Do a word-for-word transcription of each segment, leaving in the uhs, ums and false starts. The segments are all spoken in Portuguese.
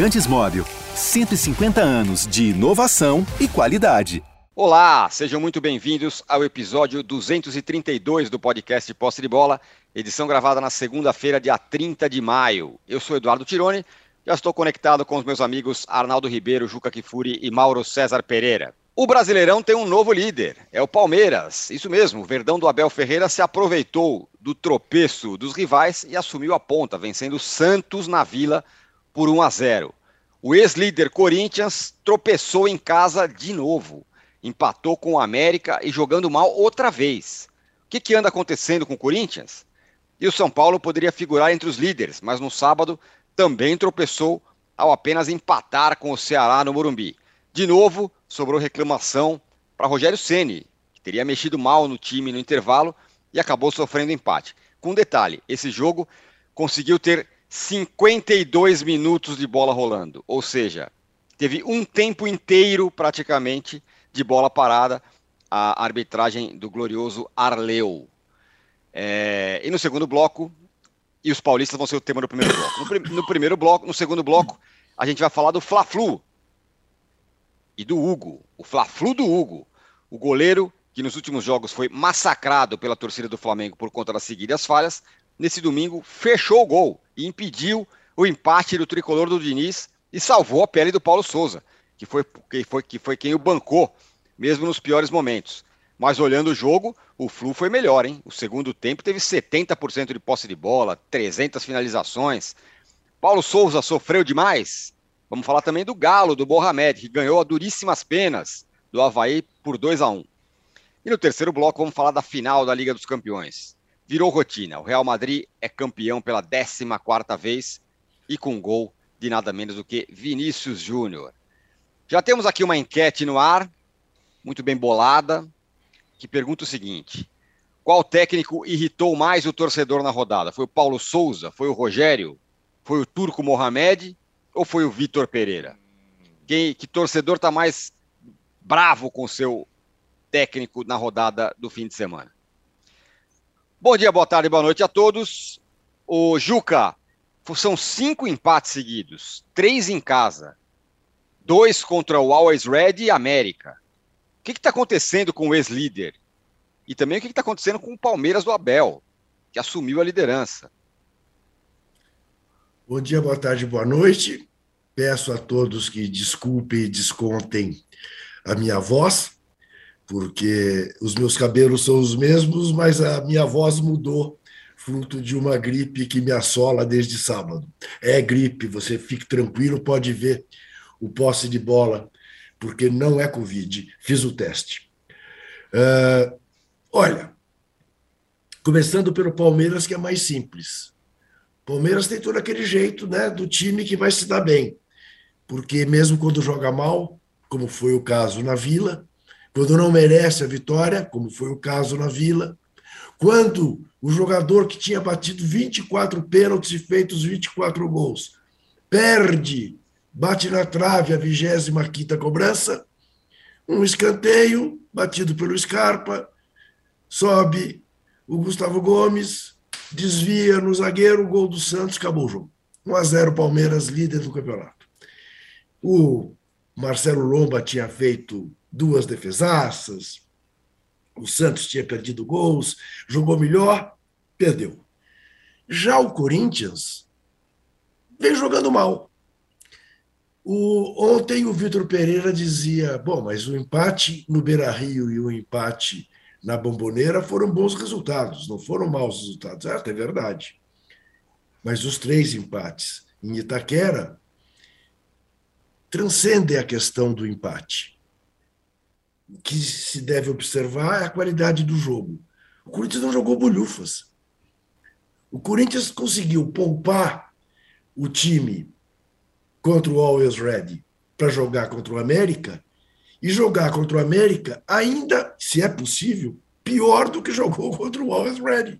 Imigrantes Móvel. cento e cinquenta anos de inovação e qualidade. Olá, sejam muito bem-vindos ao episódio duzentos e trinta e dois do podcast Posse de Bola, edição gravada na segunda-feira, dia trinta de maio. Eu sou Eduardo Tironi, já estou conectado com os meus amigos Arnaldo Ribeiro, Juca Kifuri e Mauro César Pereira. O Brasileirão tem um novo líder, é o Palmeiras. Isso mesmo, o Verdão do Abel Ferreira se aproveitou do tropeço dos rivais e assumiu a ponta, vencendo o Santos na Vila por um a zero. O ex-líder Corinthians tropeçou em casa de novo. Empatou com o América e jogando mal outra vez. O que, que anda acontecendo com o Corinthians? E o São Paulo poderia figurar entre os líderes, mas no sábado também tropeçou ao apenas empatar com o Ceará no Morumbi. De novo, sobrou reclamação para Rogério Ceni, que teria mexido mal no time no intervalo e acabou sofrendo empate. Com um detalhe, esse jogo conseguiu ter cinquenta e dois minutos de bola rolando, ou seja, teve um tempo inteiro praticamente de bola parada, a arbitragem do glorioso Arleu. É, e no segundo bloco, e os paulistas vão ser o tema do primeiro bloco. No, prim, no primeiro bloco, no segundo bloco, a gente vai falar do Fla-Flu e do Hugo, o Fla-Flu do Hugo, o goleiro que nos últimos jogos foi massacrado pela torcida do Flamengo por conta das seguidas falhas, nesse domingo fechou o gol e impediu o empate do tricolor do Diniz e salvou a pele do Paulo Souza, que foi, que foi, que foi quem o bancou, mesmo nos piores momentos. Mas olhando o jogo, o Flu foi melhor, hein? O segundo tempo teve setenta por cento de posse de bola, trezentas finalizações. Paulo Souza sofreu demais. Vamos falar também do Galo, do Mohamed, que ganhou a duríssimas penas do Avaí por dois a um. E no terceiro bloco vamos falar da final da Liga dos Campeões. Virou rotina, o Real Madrid é campeão pela décima quarta vez e com gol de nada menos do que Vinícius Júnior. Já temos aqui uma enquete no ar, muito bem bolada, que pergunta o seguinte: qual técnico irritou mais o torcedor na rodada? Foi o Paulo Souza? Foi o Rogério? Foi o Turco Mohamed? Ou foi o Vitor Pereira? Quem, que torcedor está mais bravo com o seu técnico na rodada do fim de semana? Bom dia, boa tarde, boa noite a todos. O Juca, são cinco empates seguidos, três em casa, dois contra o Always Red e América. O que está acontecendo com o ex-líder? E também o que está acontecendo com o Palmeiras do Abel, que assumiu a liderança? Bom dia, boa tarde, boa noite. Peço a todos que desculpem e descontem a minha voz, porque os meus cabelos são os mesmos, mas a minha voz mudou, fruto de uma gripe que me assola desde sábado. É gripe, você fique tranquilo, pode ver o posse de bola, porque não é Covid, fiz o teste. Uh, olha, começando pelo Palmeiras, que é mais simples. Palmeiras tem todo aquele jeito, né, do time que vai se dar bem, porque mesmo quando joga mal, como foi o caso na Vila, quando não merece a vitória, como foi o caso na Vila, quando o jogador que tinha batido vinte e quatro pênaltis e feito os vinte e quatro gols perde, bate na trave a vigésima quinta cobrança, um escanteio batido pelo Scarpa, sobe o Gustavo Gomes, desvia no zagueiro, o gol do Santos, acabou o jogo. um a zero Palmeiras, líder do campeonato. O Marcelo Lomba tinha feito duas defesaças, o Santos tinha perdido gols, jogou melhor, perdeu. Já o Corinthians vem jogando mal. O, ontem o Vitor Pereira dizia, bom, mas o empate no Beira-Rio e o empate na Bombonera foram bons resultados, não foram maus resultados. É, é verdade. Mas os três empates em Itaquera transcendem a questão do empate. O que se deve observar é a qualidade do jogo. O Corinthians não jogou bolhufas. O Corinthians conseguiu poupar o time contra o Always Ready para jogar contra o América e jogar contra o América ainda, se é possível, pior do que jogou contra o Always Ready.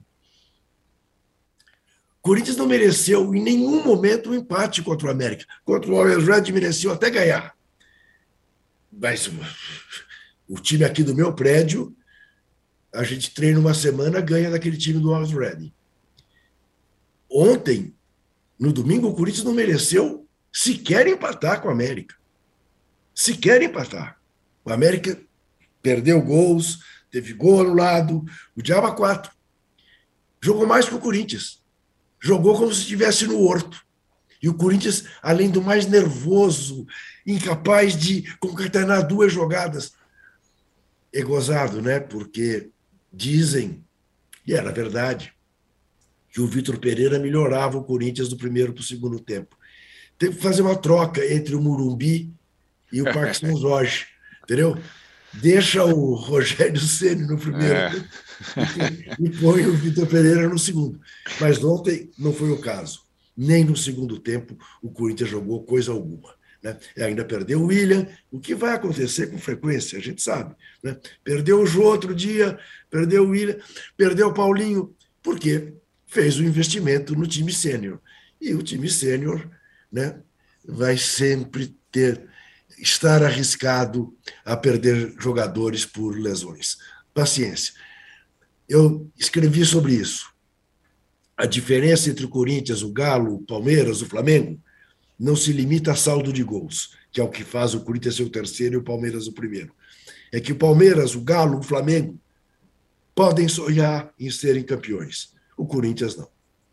O Corinthians não mereceu em nenhum momento um empate contra o América. Contra o Always Ready mereceu até ganhar. Mas o time aqui do meu prédio, a gente treina uma semana, ganha daquele time do Always Ready. Ontem, no domingo, o Corinthians não mereceu se quer empatar com o América. Se quer empatar. O América perdeu gols, teve gol anulado, o diabo a quatro. Jogou mais que o Corinthians. Jogou como se estivesse no Horto. E o Corinthians, além do mais nervoso, incapaz de concatenar duas jogadas. É gozado, né? Porque dizem, e era verdade, que o Vitor Pereira melhorava o Corinthians do primeiro para o segundo tempo. Teve que fazer uma troca entre o Morumbi e o Parque São Jorge, entendeu? Deixa o Rogério Ceni no primeiro é. e, e põe o Vitor Pereira no segundo. Mas ontem não foi o caso. Nem no segundo tempo o Corinthians jogou coisa alguma. Né? E ainda perdeu o William, o que vai acontecer com frequência, a gente sabe. Né? Perdeu o Jô outro dia, perdeu o William, perdeu o Paulinho, porque fez o investimento no time sênior. E o time sênior, né, vai sempre ter, estar arriscado a perder jogadores por lesões. Paciência. Eu escrevi sobre isso. A diferença entre o Corinthians, o Galo, o Palmeiras, o Flamengo, não se limita a saldo de gols, que é o que faz o Corinthians ser o terceiro e o Palmeiras o primeiro. É que o Palmeiras, o Galo, o Flamengo podem sonhar em serem campeões. O Corinthians não.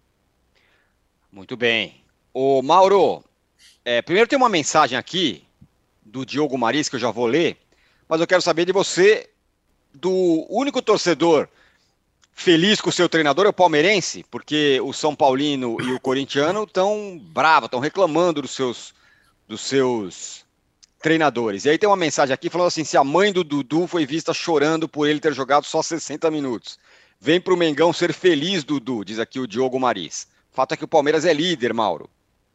Muito bem. Ô, Mauro, é, primeiro tem uma mensagem aqui do Diogo Maris, que eu já vou ler, mas eu quero saber de você, do único torcedor feliz com o seu treinador, é o palmeirense, porque o São Paulino e o corintiano estão bravos, estão reclamando dos seus, dos seus treinadores. E aí tem uma mensagem aqui falando assim, se a mãe do Dudu foi vista chorando por ele ter jogado só sessenta minutos. Vem pro Mengão ser feliz, Dudu, diz aqui o Diogo Maris. O fato é que o Palmeiras é líder, Mauro.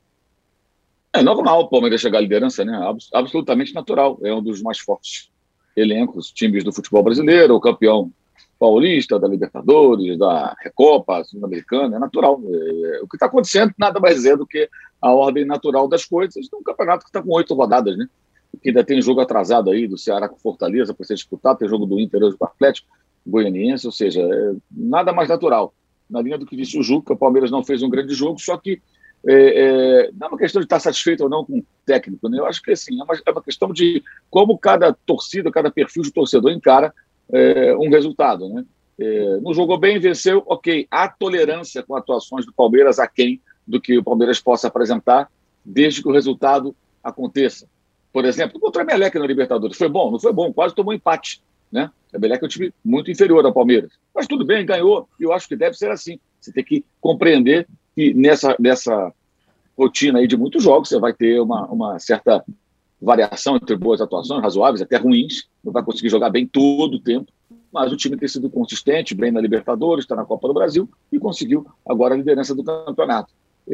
É normal o Palmeiras chegar à liderança, né? Abs- absolutamente natural. É um dos mais fortes elencos, times do futebol brasileiro, o campeão paulista, da Libertadores, da Recopa, Sul-Americana, é natural. É, o que está acontecendo nada mais é do que a ordem natural das coisas num campeonato que está com oito rodadas, né? Que ainda tem jogo atrasado aí do Ceará com Fortaleza para ser disputado, tem jogo do Inter hoje com o Atlético Goianiense, ou seja, é nada mais natural. Na linha do que disse o Juca, o Palmeiras não fez um grande jogo, só que é, é, não é uma questão de estar satisfeito ou não com o técnico, né? Eu acho que assim, é uma, é uma questão de como cada torcida, cada perfil de torcedor encara É, um resultado, né? É, não jogou bem, venceu, ok. Há tolerância com atuações do Palmeiras aquém do que o Palmeiras possa apresentar, desde que o resultado aconteça. Por exemplo, contra a Emelec na Libertadores. Foi bom? Não foi bom, quase tomou empate, né? A Emelec é um time muito inferior ao Palmeiras. Mas tudo bem, ganhou, e eu acho que deve ser assim. Você tem que compreender que nessa, nessa rotina aí de muitos jogos, você vai ter uma, uma certa variação entre boas atuações, razoáveis, até ruins, não vai conseguir jogar bem todo o tempo, mas o time tem sido consistente, bem na Libertadores, está na Copa do Brasil e conseguiu agora a liderança do campeonato.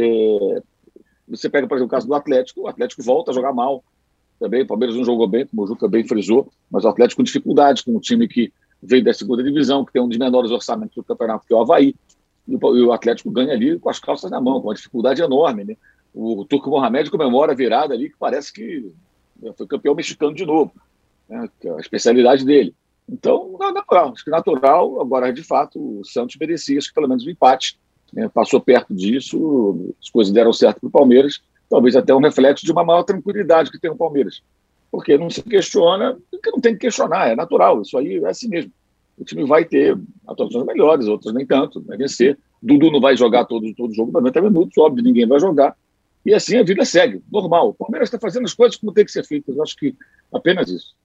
É, você pega, por exemplo, o caso do Atlético, o Atlético volta a jogar mal também, o Palmeiras não jogou bem, como o Juca bem frisou, mas o Atlético com dificuldades, com um time que veio da segunda divisão, que tem um dos menores orçamentos do campeonato, que é o Avaí, e o Atlético ganha ali com as calças na mão, com uma dificuldade enorme, né? O Turco Mohamed comemora a virada ali, que parece que foi campeão mexicano de novo, né, que é a especialidade dele. Então, não é natural. Acho que natural, agora, de fato, o Santos merecia, acho que pelo menos um empate. Né, passou perto disso, as coisas deram certo para o Palmeiras, talvez até um reflexo de uma maior tranquilidade que tem o Palmeiras. Porque não se questiona, porque não tem que questionar, é natural, isso aí é assim mesmo. O time vai ter atuações melhores, outras nem tanto, vai vencer. Dudu não vai jogar todo, todo jogo noventa minutos, óbvio, ninguém vai jogar. E assim a vida segue, normal. O Palmeiras está fazendo as coisas como tem que ser feitas. Eu acho que apenas isso.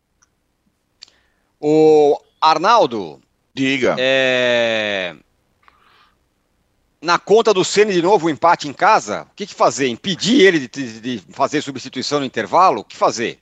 O Arnaldo. Diga. É... Na conta do Ceni de novo, o empate em casa, o que, que fazer? Impedir ele de, de fazer substituição no intervalo? O que fazer?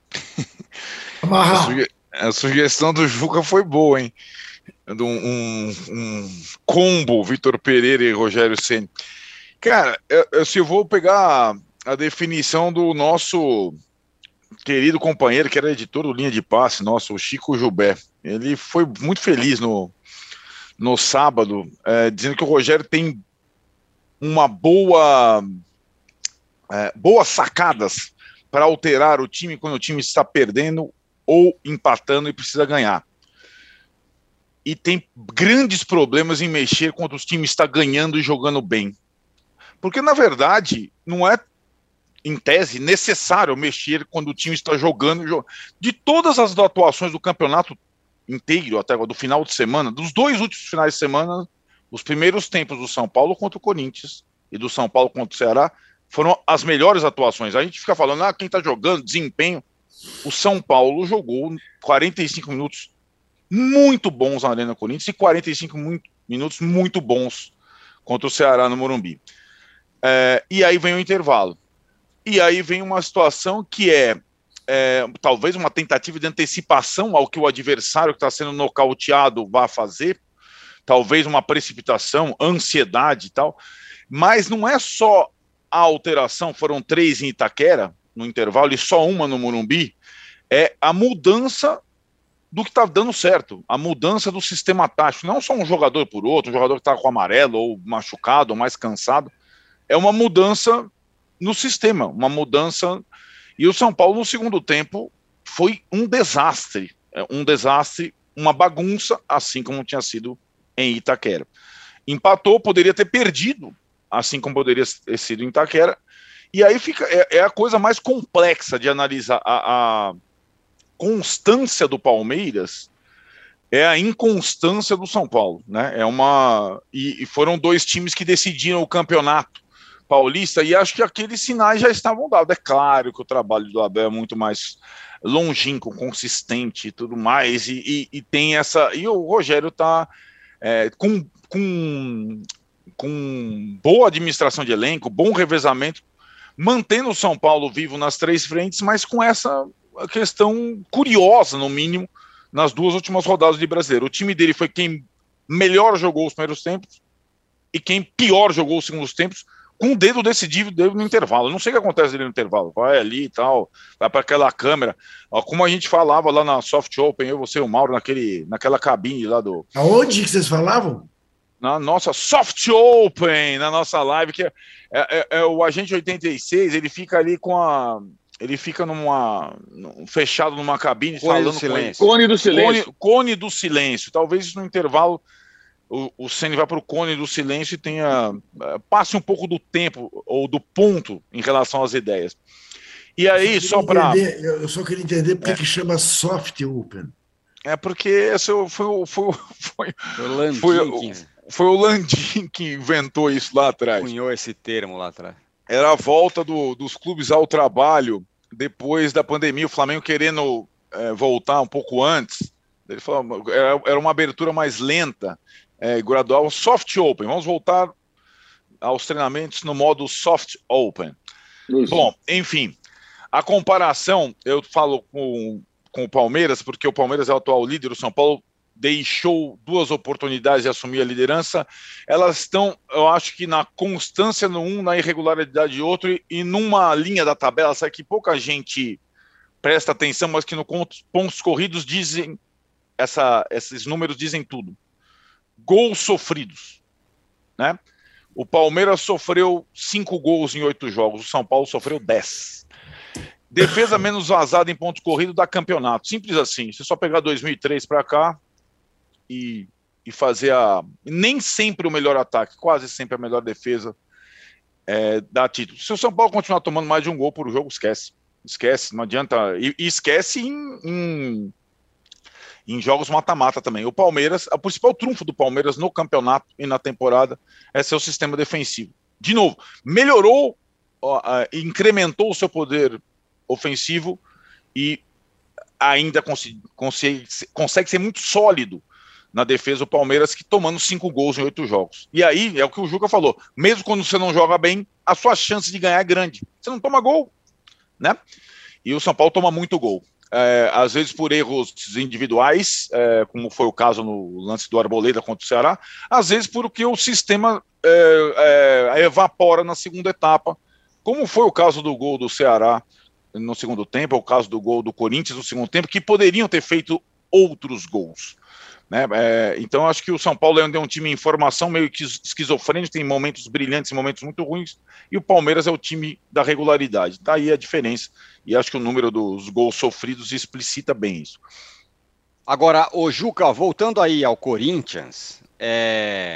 A, suge... a sugestão do Juca foi boa, hein? Um, um, um combo Vitor Pereira e Rogério Ceni. Cara, eu, eu, se eu vou pegar a definição do nosso querido companheiro, que era editor do Linha de Passe, nosso, o Chico Gilbert, ele foi muito feliz no, no sábado, é, dizendo que o Rogério tem uma boa é, boas sacadas para alterar o time quando o time está perdendo ou empatando e precisa ganhar. E tem grandes problemas em mexer quando o time está ganhando e jogando bem. Porque, na verdade, não é em tese, necessário mexer quando o time está jogando. De todas as atuações do campeonato inteiro, até agora, do final de semana, dos dois últimos finais de semana, os primeiros tempos do São Paulo contra o Corinthians e do São Paulo contra o Ceará foram as melhores atuações. A gente fica falando, ah, quem está jogando, desempenho. O São Paulo jogou quarenta e cinco minutos muito bons na Arena Corinthians e quarenta e cinco muito, minutos muito bons contra o Ceará no Morumbi. É, e aí vem o intervalo. E aí vem uma situação que é, é talvez uma tentativa de antecipação ao que o adversário que está sendo nocauteado vai fazer, talvez uma precipitação, ansiedade e tal, mas não é só a alteração, foram três em Itaquera no intervalo e só uma no Morumbi, é a mudança do que está dando certo, a mudança do sistema tático, não só um jogador por outro, um jogador que está com amarelo ou machucado ou mais cansado, é uma mudança no sistema, uma mudança, e o São Paulo no segundo tempo foi um desastre, um desastre, uma bagunça, assim como tinha sido em Itaquera. Empatou, poderia ter perdido, assim como poderia ter sido em Itaquera, e aí fica, é, é a coisa mais complexa de analisar. A, a constância do Palmeiras é a inconstância do São Paulo, né? É uma, e, e foram dois times que decidiram o campeonato paulista, e acho que aqueles sinais já estavam dados. É claro que o trabalho do Abel é muito mais longínquo, consistente e tudo mais, e, e, e tem essa, e o Rogério está é, com, com, com boa administração de elenco, bom revezamento, mantendo o São Paulo vivo nas três frentes, mas com essa questão curiosa, no mínimo, nas duas últimas rodadas de Brasileiro. O time dele foi quem melhor jogou os primeiros tempos e quem pior jogou os segundos tempos, com o dedo decidido dele no intervalo. Eu não sei o que acontece dele no intervalo. Vai ali e tal, vai para aquela câmera. Ó, como a gente falava lá na Soft Open, eu, você e o Mauro, naquele, naquela cabine lá do... Aonde que vocês falavam? Na nossa Soft Open, na nossa live, que é, é, é o Agente oitenta e seis, ele fica ali com a... Ele fica numa... fechado numa cabine, cone falando do silêncio. com ele. Cone do silêncio. Cone, cone do silêncio. Talvez no intervalo o, o Ceni vá para o cone do silêncio e tenha... passe um pouco do tempo ou do ponto em relação às ideias. E aí, só para... Eu só queria entender por que é. que chama Soft Open. É porque esse foi, foi, foi, foi, foi, foi, foi o Landim que inventou isso lá atrás. Cunhou esse termo lá atrás. Era a volta do, dos clubes ao trabalho depois da pandemia, o Flamengo querendo é, voltar um pouco antes. Ele falou, era, era uma abertura mais lenta, é, gradual, soft open. Vamos voltar aos treinamentos no modo soft open. Isso. Bom, enfim, a comparação, eu falo com, com o Palmeiras, porque o Palmeiras é o atual líder, o São Paulo deixou duas oportunidades de assumir a liderança, elas estão, eu acho que na constância no um, na irregularidade de outro, e, e numa linha da tabela, sabe, que pouca gente presta atenção, mas que no pontos corridos dizem, essa, esses números dizem tudo. Gols sofridos, né? O Palmeiras sofreu cinco gols em oito jogos, o São Paulo sofreu dez. Defesa menos vazada em pontos corridos da campeonato, simples assim, você só pegar dois mil e três para cá, E, e fazer a... nem sempre o melhor ataque, quase sempre a melhor defesa é, dá título. Se o São Paulo continuar tomando mais de um gol por jogo, esquece. Esquece, não adianta. E, e esquece em, em, em jogos mata-mata também. O Palmeiras, o principal trunfo do Palmeiras no campeonato e na temporada é seu sistema defensivo. De novo, melhorou, ó, incrementou o seu poder ofensivo e ainda consegue, consegue, consegue ser muito sólido na defesa do Palmeiras, que tomando cinco gols em oito jogos. E aí, é o que o Juca falou, mesmo quando você não joga bem, a sua chance de ganhar é grande. Você não toma gol, né? E o São Paulo toma muito gol. É, às vezes por erros individuais, é, como foi o caso no lance do Arboleda contra o Ceará, às vezes porque o sistema é, é, evapora na segunda etapa, como foi o caso do gol do Ceará no segundo tempo, o caso do gol do Corinthians no segundo tempo, que poderiam ter feito outros gols. Né? É, então acho que o São Paulo é um time em formação meio que esquizofrênico, tem momentos brilhantes e momentos muito ruins, e o Palmeiras é o time da regularidade. Daí a diferença, e acho que o número dos gols sofridos explicita bem isso. Agora, o Juca, voltando aí ao Corinthians, é...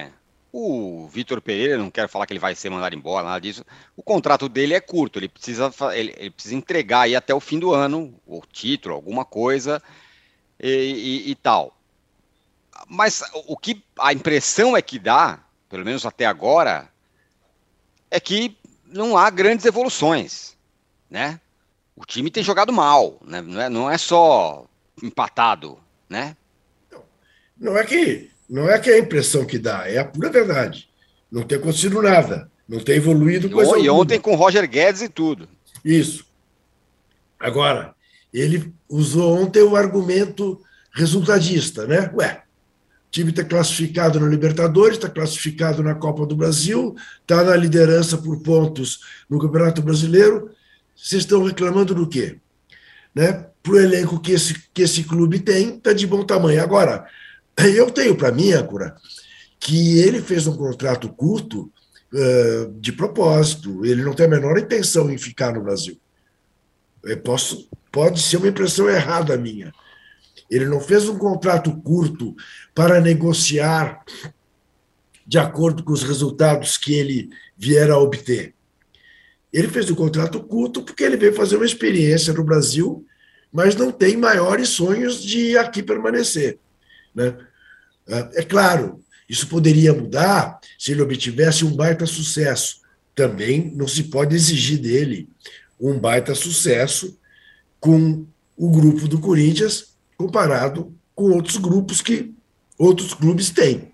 O Vitor Pereira, não quero falar que ele vai ser mandado embora, nada disso. O contrato dele é curto, ele precisa, ele, ele precisa entregar aí até o fim do ano, o título, alguma coisa e, e, e tal. Mas o que a impressão é que dá, pelo menos até agora, é que não há grandes evoluções, né? O time tem jogado mal, né? Não é, não é só empatado, né? Não é que não é que é a impressão que dá, é a pura verdade. Não tem acontecido nada, não tem evoluído coisa E alguma. ontem com o Roger Guedes e tudo. Isso. Agora, ele usou ontem o argumento resultadista, né? Ué, o time está classificado na Libertadores, está classificado na Copa do Brasil, está na liderança por pontos no Campeonato Brasileiro. Vocês estão reclamando do quê? Né? Para o elenco que esse, que esse clube tem, está de bom tamanho. Agora, eu tenho para mim, Âncora, que ele fez um contrato curto uh, de propósito. Ele não tem a menor intenção em ficar no Brasil. Eu posso, pode ser uma impressão errada minha. Ele não fez um contrato curto para negociar de acordo com os resultados que ele vier a obter. Ele fez um contrato curto porque ele veio fazer uma experiência no Brasil, mas não tem maiores sonhos de aqui permanecer, né? É claro, isso poderia mudar se ele obtivesse um baita sucesso. Também não se pode exigir dele um baita sucesso com o grupo do Corinthians comparado com outros grupos que outros clubes têm.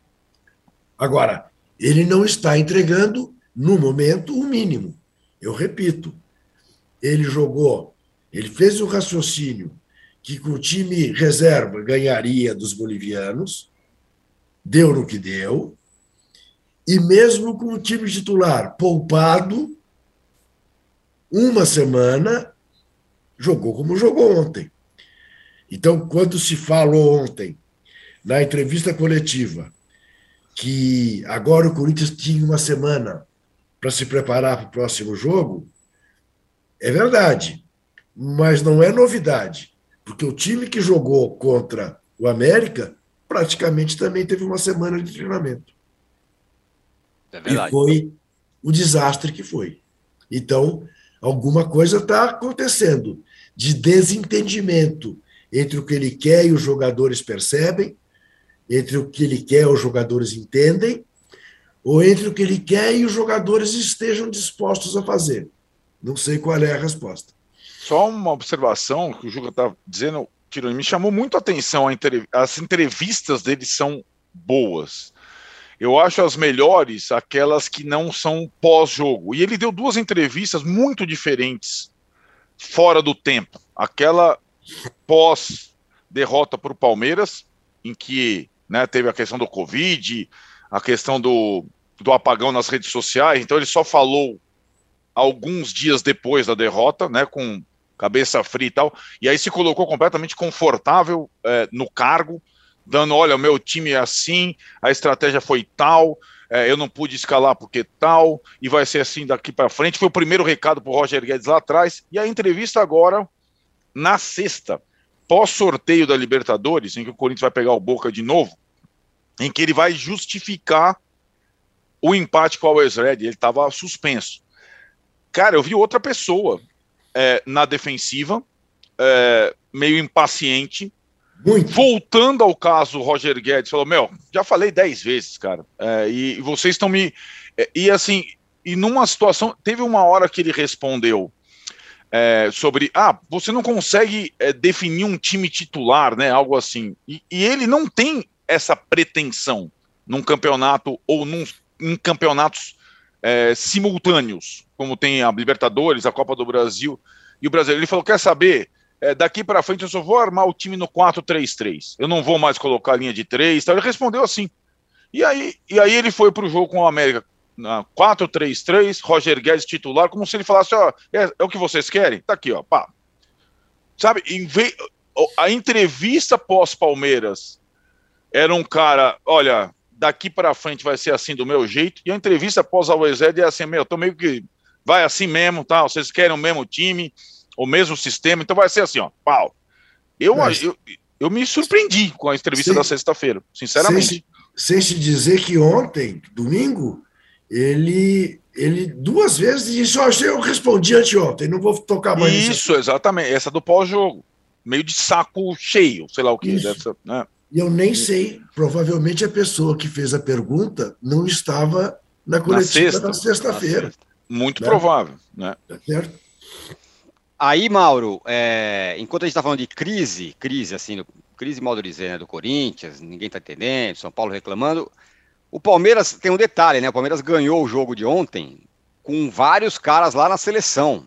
Agora, ele não está entregando, no momento, o mínimo. Eu repito, ele jogou, ele fez o raciocínio que com o time reserva ganharia dos bolivianos, deu no que deu, e mesmo com o time titular poupado, uma semana, jogou como jogou ontem. Então, quando se falou ontem, na entrevista coletiva, que agora o Corinthians tinha uma semana para se preparar para o próximo jogo, é verdade, mas não é novidade, porque o time que jogou contra o América praticamente também teve uma semana de treinamento. É verdade. E foi o desastre que foi. Então, alguma coisa está acontecendo de desentendimento entre o que ele quer e os jogadores percebem, entre o que ele quer e os jogadores entendem, ou entre o que ele quer e os jogadores estejam dispostos a fazer. Não sei qual é a resposta. Só uma observação que o Juca está dizendo, Tironi, me chamou muito a atenção, a entrev- as entrevistas dele são boas. Eu acho as melhores aquelas que não são pós-jogo. E ele deu duas entrevistas muito diferentes, fora do tempo. Aquela pós-derrota para o Palmeiras, em que, né, teve a questão do Covid, a questão do, do apagão nas redes sociais. Então ele só falou alguns dias depois da derrota, né, com cabeça fria e tal, e aí se colocou completamente confortável é, no cargo, dando, olha, o meu time é assim, a estratégia foi tal, é, eu não pude escalar porque tal, e vai ser assim daqui para frente. Foi o primeiro recado para o Roger Guedes lá atrás, e a entrevista agora, na sexta, pós-sorteio da Libertadores, em que o Corinthians vai pegar o Boca de novo, em que ele vai justificar o empate com o Always Ready. Ele estava suspenso. Cara, eu vi outra pessoa é, na defensiva, é, meio impaciente, Muito. Voltando ao caso Roger Guedes, falou, meu, já falei dez vezes, cara, é, e, e vocês estão me... É, e assim, e numa situação, teve uma hora que ele respondeu é, sobre, ah, você não consegue é, definir um time titular, né, algo assim, e, e ele não tem essa pretensão num campeonato ou num, em campeonatos é, simultâneos, como tem a Libertadores, a Copa do Brasil e o Brasileiro. Ele falou, quer saber, é, daqui para frente eu só vou armar o time no quatro três três, eu não vou mais colocar a linha de três, tá? Ele respondeu assim, e aí, e aí ele foi para o jogo com o América, na quatro três três, Roger Guedes titular, como se ele falasse, ó, é, é o que vocês querem? Tá aqui, ó, pá. Sabe, em vez, a entrevista pós-Palmeiras era um cara, olha, daqui para frente vai ser assim do meu jeito, e a entrevista pós-Always Ready é assim, meu, tô meio que, vai assim mesmo, tá? Vocês querem o mesmo time, o mesmo sistema, então vai ser assim, ó, pau. Eu, Mas, eu, eu me surpreendi com a entrevista sem, da sexta-feira, sinceramente. Sem, sem te dizer que ontem, domingo, ele, ele duas vezes disse, ó, oh, eu respondi anteontem, não vou tocar mais nisso. Isso, exatamente, essa do pós-jogo. Meio de saco cheio, sei lá o que. Dessa, né? E eu nem sei, provavelmente a pessoa que fez a pergunta não estava na coletiva da sexta-feira. Muito né? provável. Né? Tá certo? Aí, Mauro, é, enquanto a gente está falando de crise, crise, assim, crise, modo de dizer, né, do Corinthians, ninguém está entendendo, São Paulo reclamando, o Palmeiras tem um detalhe, né? O Palmeiras ganhou o jogo de ontem com vários caras lá na seleção,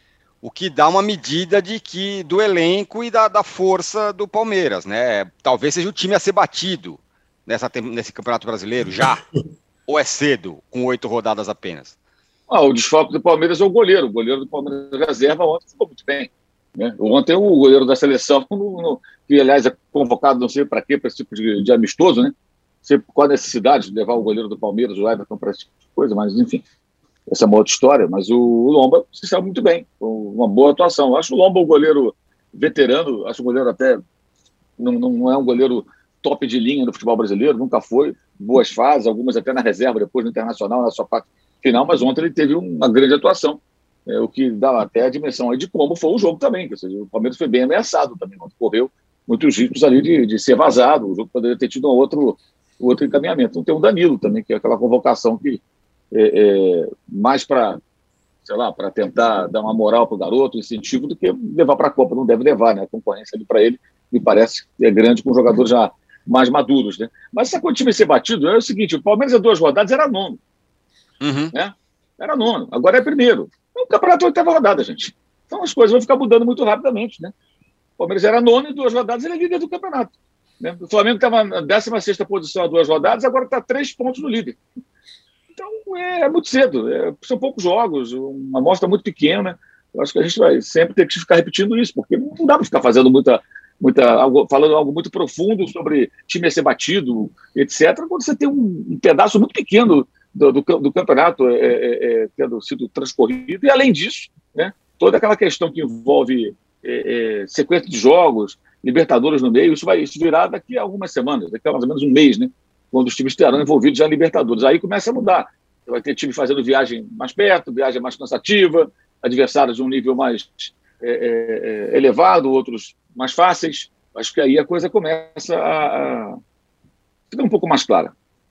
o que dá uma medida de que do elenco e da, da força do Palmeiras, né? Talvez seja o time a ser batido nessa, nesse Campeonato Brasileiro já, ou é cedo, com oito rodadas apenas? Ah, o desfalque do Palmeiras é o goleiro. O goleiro do Palmeiras reserva ontem ficou muito bem. Né? Ontem o goleiro da seleção, no, no, que aliás é convocado não sei para quê, para esse tipo de, de amistoso, né? Sempre com a necessidade de levar o goleiro do Palmeiras, o Everton, para esse tipo de coisa, mas enfim, essa é uma outra história. Mas o, o Lomba se saiu muito bem, uma boa atuação. Eu acho o Lomba um goleiro veterano, acho o goleiro até, não, não é um goleiro top de linha no futebol brasileiro, nunca foi, boas fases, algumas até na reserva, depois no Internacional, na sua parte final, mas ontem ele teve uma grande atuação, é, o que dá até a dimensão aí de como foi o jogo também, quer dizer, o Palmeiras foi bem ameaçado também, correu muitos riscos ali de, de ser vazado, o jogo poderia ter tido um outro, outro encaminhamento. Então tem o Danilo também, que é aquela convocação que é, é mais para, sei lá, para tentar dar uma moral para o garoto, incentivo, do que levar para a Copa, não deve levar, né? A concorrência ali para ele me parece que é grande com jogadores já mais maduros, né? Mas essa coisa de time ser batido é o seguinte, o Palmeiras há duas rodadas era nono. Uhum. Né? Era nono, agora é primeiro. O campeonato é oitava rodada, gente. Então as coisas vão ficar mudando muito rapidamente, né? O Palmeiras era nono e duas rodadas, ele é líder do campeonato. Né? O Flamengo estava na décima sexta posição há duas rodadas, agora está três pontos no líder. Então é, é muito cedo, é, são poucos jogos, uma amostra muito pequena. Eu acho que a gente vai sempre ter que ficar repetindo isso, porque não dá para ficar fazendo muita. Muita, algo, falando algo muito profundo sobre time a ser batido, etcétera, quando você tem um, um pedaço muito pequeno do, do, do campeonato é, é, é, tendo sido transcorrido, e além disso, né, toda aquela questão que envolve é, é, sequência de jogos, Libertadores no meio, isso vai isso virá daqui a algumas semanas, daqui a mais ou menos um mês, né, quando os times estarão envolvidos já em Libertadores. Aí começa a mudar. Vai ter time fazendo viagem mais perto, viagem mais cansativa, adversários de um nível mais é, é, elevado, outros mais fáceis. Acho que aí a coisa começa a, a ficar um pouco mais clara.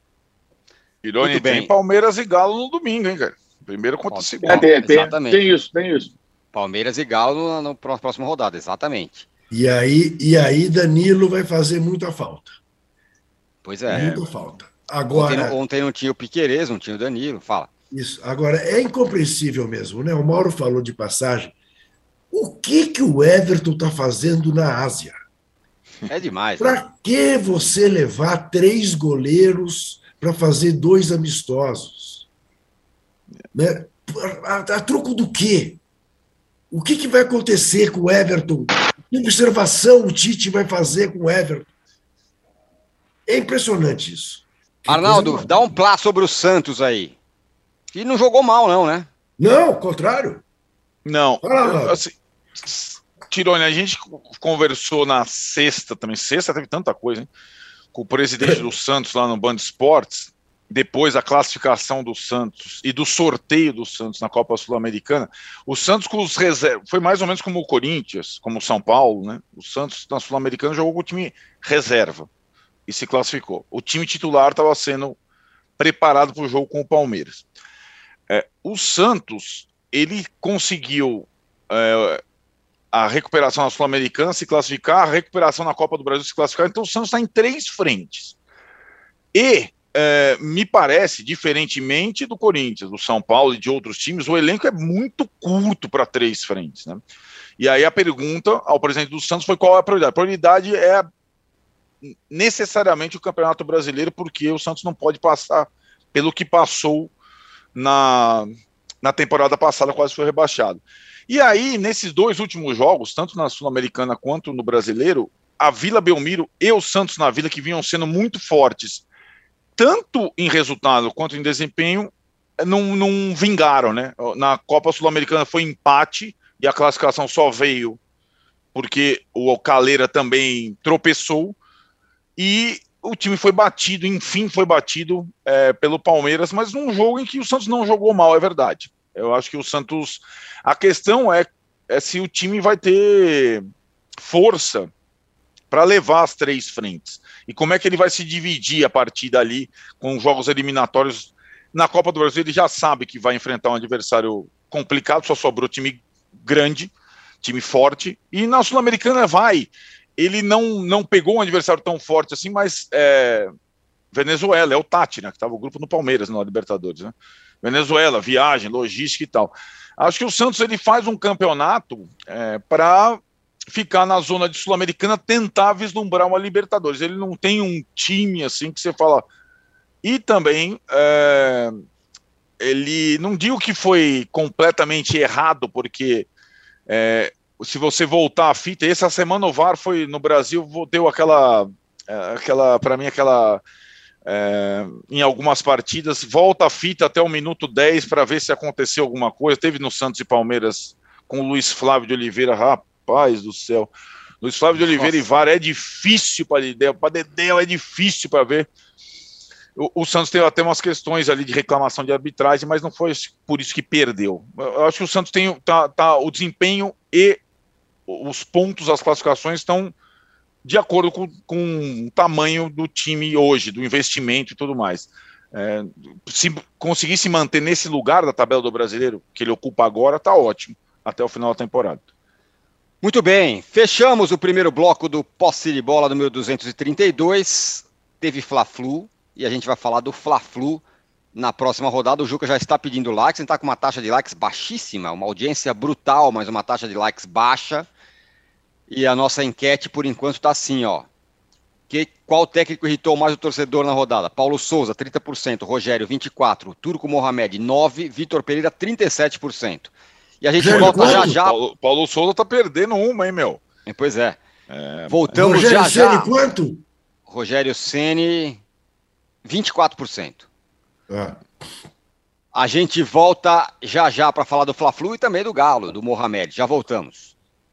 Irone, tem Palmeiras e Galo no domingo, hein, cara? Primeiro contra o segundo. É, tem, tem, tem isso, tem isso. Palmeiras e Galo na próxima rodada, exatamente. E aí, e aí Danilo vai fazer muita falta. Pois é. Muita falta. Agora, ontem, ontem não tinha o Piquerez, não tinha o Danilo, fala. Isso. Agora, é incompreensível mesmo, né? O Mauro falou de passagem. O que, que o Everton está fazendo na Ásia? É demais. Para né? que você levar três goleiros para fazer dois amistosos? Né? A, a, a troco do quê? O que, que vai acontecer com o Everton? Que observação o Tite vai fazer com o Everton? É impressionante isso. Que Arnaldo, dá um plá sobre o Santos aí. E não jogou mal, não, né? Não, ao contrário. Não. Eu, assim, Tirone, a gente conversou na sexta também. Sexta teve tanta coisa, hein? Com o presidente do Santos lá no Band Esportes, depois da classificação do Santos e do sorteio do Santos na Copa Sul-Americana. O Santos com os reservas, foi mais ou menos como o Corinthians, como o São Paulo, né? O Santos na Sul-Americana jogou com o time reserva e se classificou. O time titular estava sendo preparado para o jogo com o Palmeiras. É, o Santos, ele conseguiu é, a recuperação na Sul-Americana se classificar, a recuperação na Copa do Brasil se classificar, então o Santos está em três frentes. E, é, me parece, diferentemente do Corinthians, do São Paulo e de outros times, o elenco é muito curto para três frentes, né? E aí a pergunta ao presidente do Santos foi qual é a prioridade. A prioridade é necessariamente o Campeonato Brasileiro, porque o Santos não pode passar pelo que passou na, na temporada passada, quase foi rebaixado. E aí, nesses dois últimos jogos, tanto na Sul-Americana quanto no Brasileiro, a Vila Belmiro e o Santos na Vila, que vinham sendo muito fortes, tanto em resultado quanto em desempenho, não, não vingaram, né? Na Copa Sul-Americana foi empate, e a classificação só veio porque o Calera também tropeçou, e o time foi batido, enfim, foi batido é, pelo Palmeiras, mas num jogo em que o Santos não jogou mal, é verdade. Eu acho que o Santos... A questão é, é se o time vai ter força para levar as três frentes. E como é que ele vai se dividir a partir dali com os jogos eliminatórios. Na Copa do Brasil ele já sabe que vai enfrentar um adversário complicado, só sobrou time grande, time forte, e na Sul-Americana vai... Ele não, não pegou um adversário tão forte assim, mas é, Venezuela, é o Tati, né, que estava o grupo no Palmeiras, na Libertadores, né? Venezuela, viagem, logística e tal. Acho que o Santos ele faz um campeonato é, para ficar na zona de Sul-Americana, tentar vislumbrar uma Libertadores. Ele não tem um time assim que você fala... E também, é, ele não digo que foi completamente errado, porque... É, se você voltar a fita, essa semana o V A R foi no Brasil, deu aquela, aquela para mim, aquela, é, em algumas partidas, volta a fita até o minuto dez para ver se aconteceu alguma coisa. Teve no Santos e Palmeiras com o Luiz Flávio de Oliveira, rapaz do céu. Luiz Flávio de Oliveira Nossa. E V A R é difícil para Dedéu, para Dedéu é difícil para ver. O, o Santos teve até umas questões ali de reclamação de arbitragem, mas não foi por isso que perdeu. Eu acho que o Santos tem tá, tá, o desempenho e os pontos, as classificações estão de acordo com, com o tamanho do time hoje, do investimento e tudo mais. É, se conseguir se manter nesse lugar da tabela do Brasileiro que ele ocupa agora, tá ótimo, até o final da temporada. Muito bem, fechamos o primeiro bloco do Posse de Bola número duzentos e trinta e dois, teve Fla-Flu, e a gente vai falar do Fla-Flu na próxima rodada. O Juca já está pedindo likes, ele está com uma taxa de likes baixíssima, uma audiência brutal, mas uma taxa de likes baixa. E a nossa enquete, por enquanto, está assim, ó. Que, qual técnico irritou mais o torcedor na rodada? Paulo Souza, trinta por cento. Rogério, vinte e quatro por cento. Turco Mohamed, nove por cento. Vitor Pereira, trinta e sete por cento. E a gente Rogério, volta já já... Paulo, Paulo Souza tá perdendo uma, hein, meu? É, pois é. é... Voltamos Rogério já já... Ceni, quanto? Rogério Ceni, vinte e quatro por cento. Ah. A gente volta já já para falar do Fla-Flu e também do Galo, do Mohamed. Já voltamos.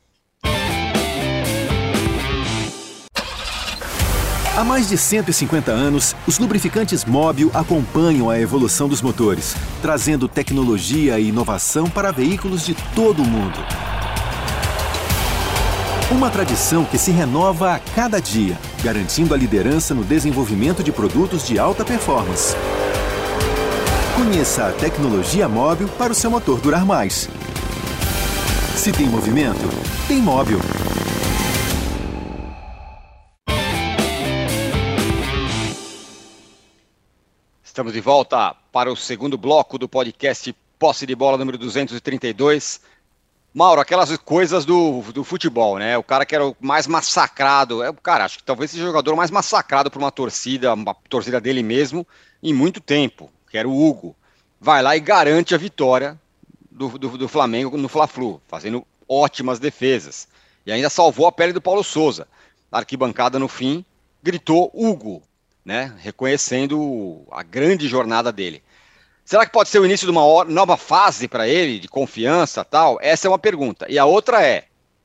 Há mais de cento e cinquenta anos, os lubrificantes Mobil acompanham a evolução dos motores, trazendo tecnologia e inovação para veículos de todo o mundo. Uma tradição que se renova a cada dia, garantindo a liderança no desenvolvimento de produtos de alta performance. Conheça a tecnologia Mobil para o seu motor durar mais. Se tem movimento, tem Mobil. Estamos de volta para o segundo bloco do podcast Posse de Bola número duzentos e trinta e dois. Mauro, aquelas coisas do, do futebol, né? O cara que era o mais massacrado, é, cara, acho que talvez seja o jogador mais massacrado por uma torcida, uma torcida dele mesmo, em muito tempo, que era o Hugo. Vai lá e garante a vitória do, do, do Flamengo no Fla-Flu, fazendo ótimas defesas. E ainda salvou a pele do Paulo Souza. A arquibancada, no fim, gritou Hugo, né, reconhecendo a grande jornada dele. Será que pode ser o início de uma nova fase para ele, de confiança e tal? Essa é uma pergunta. E a outra é,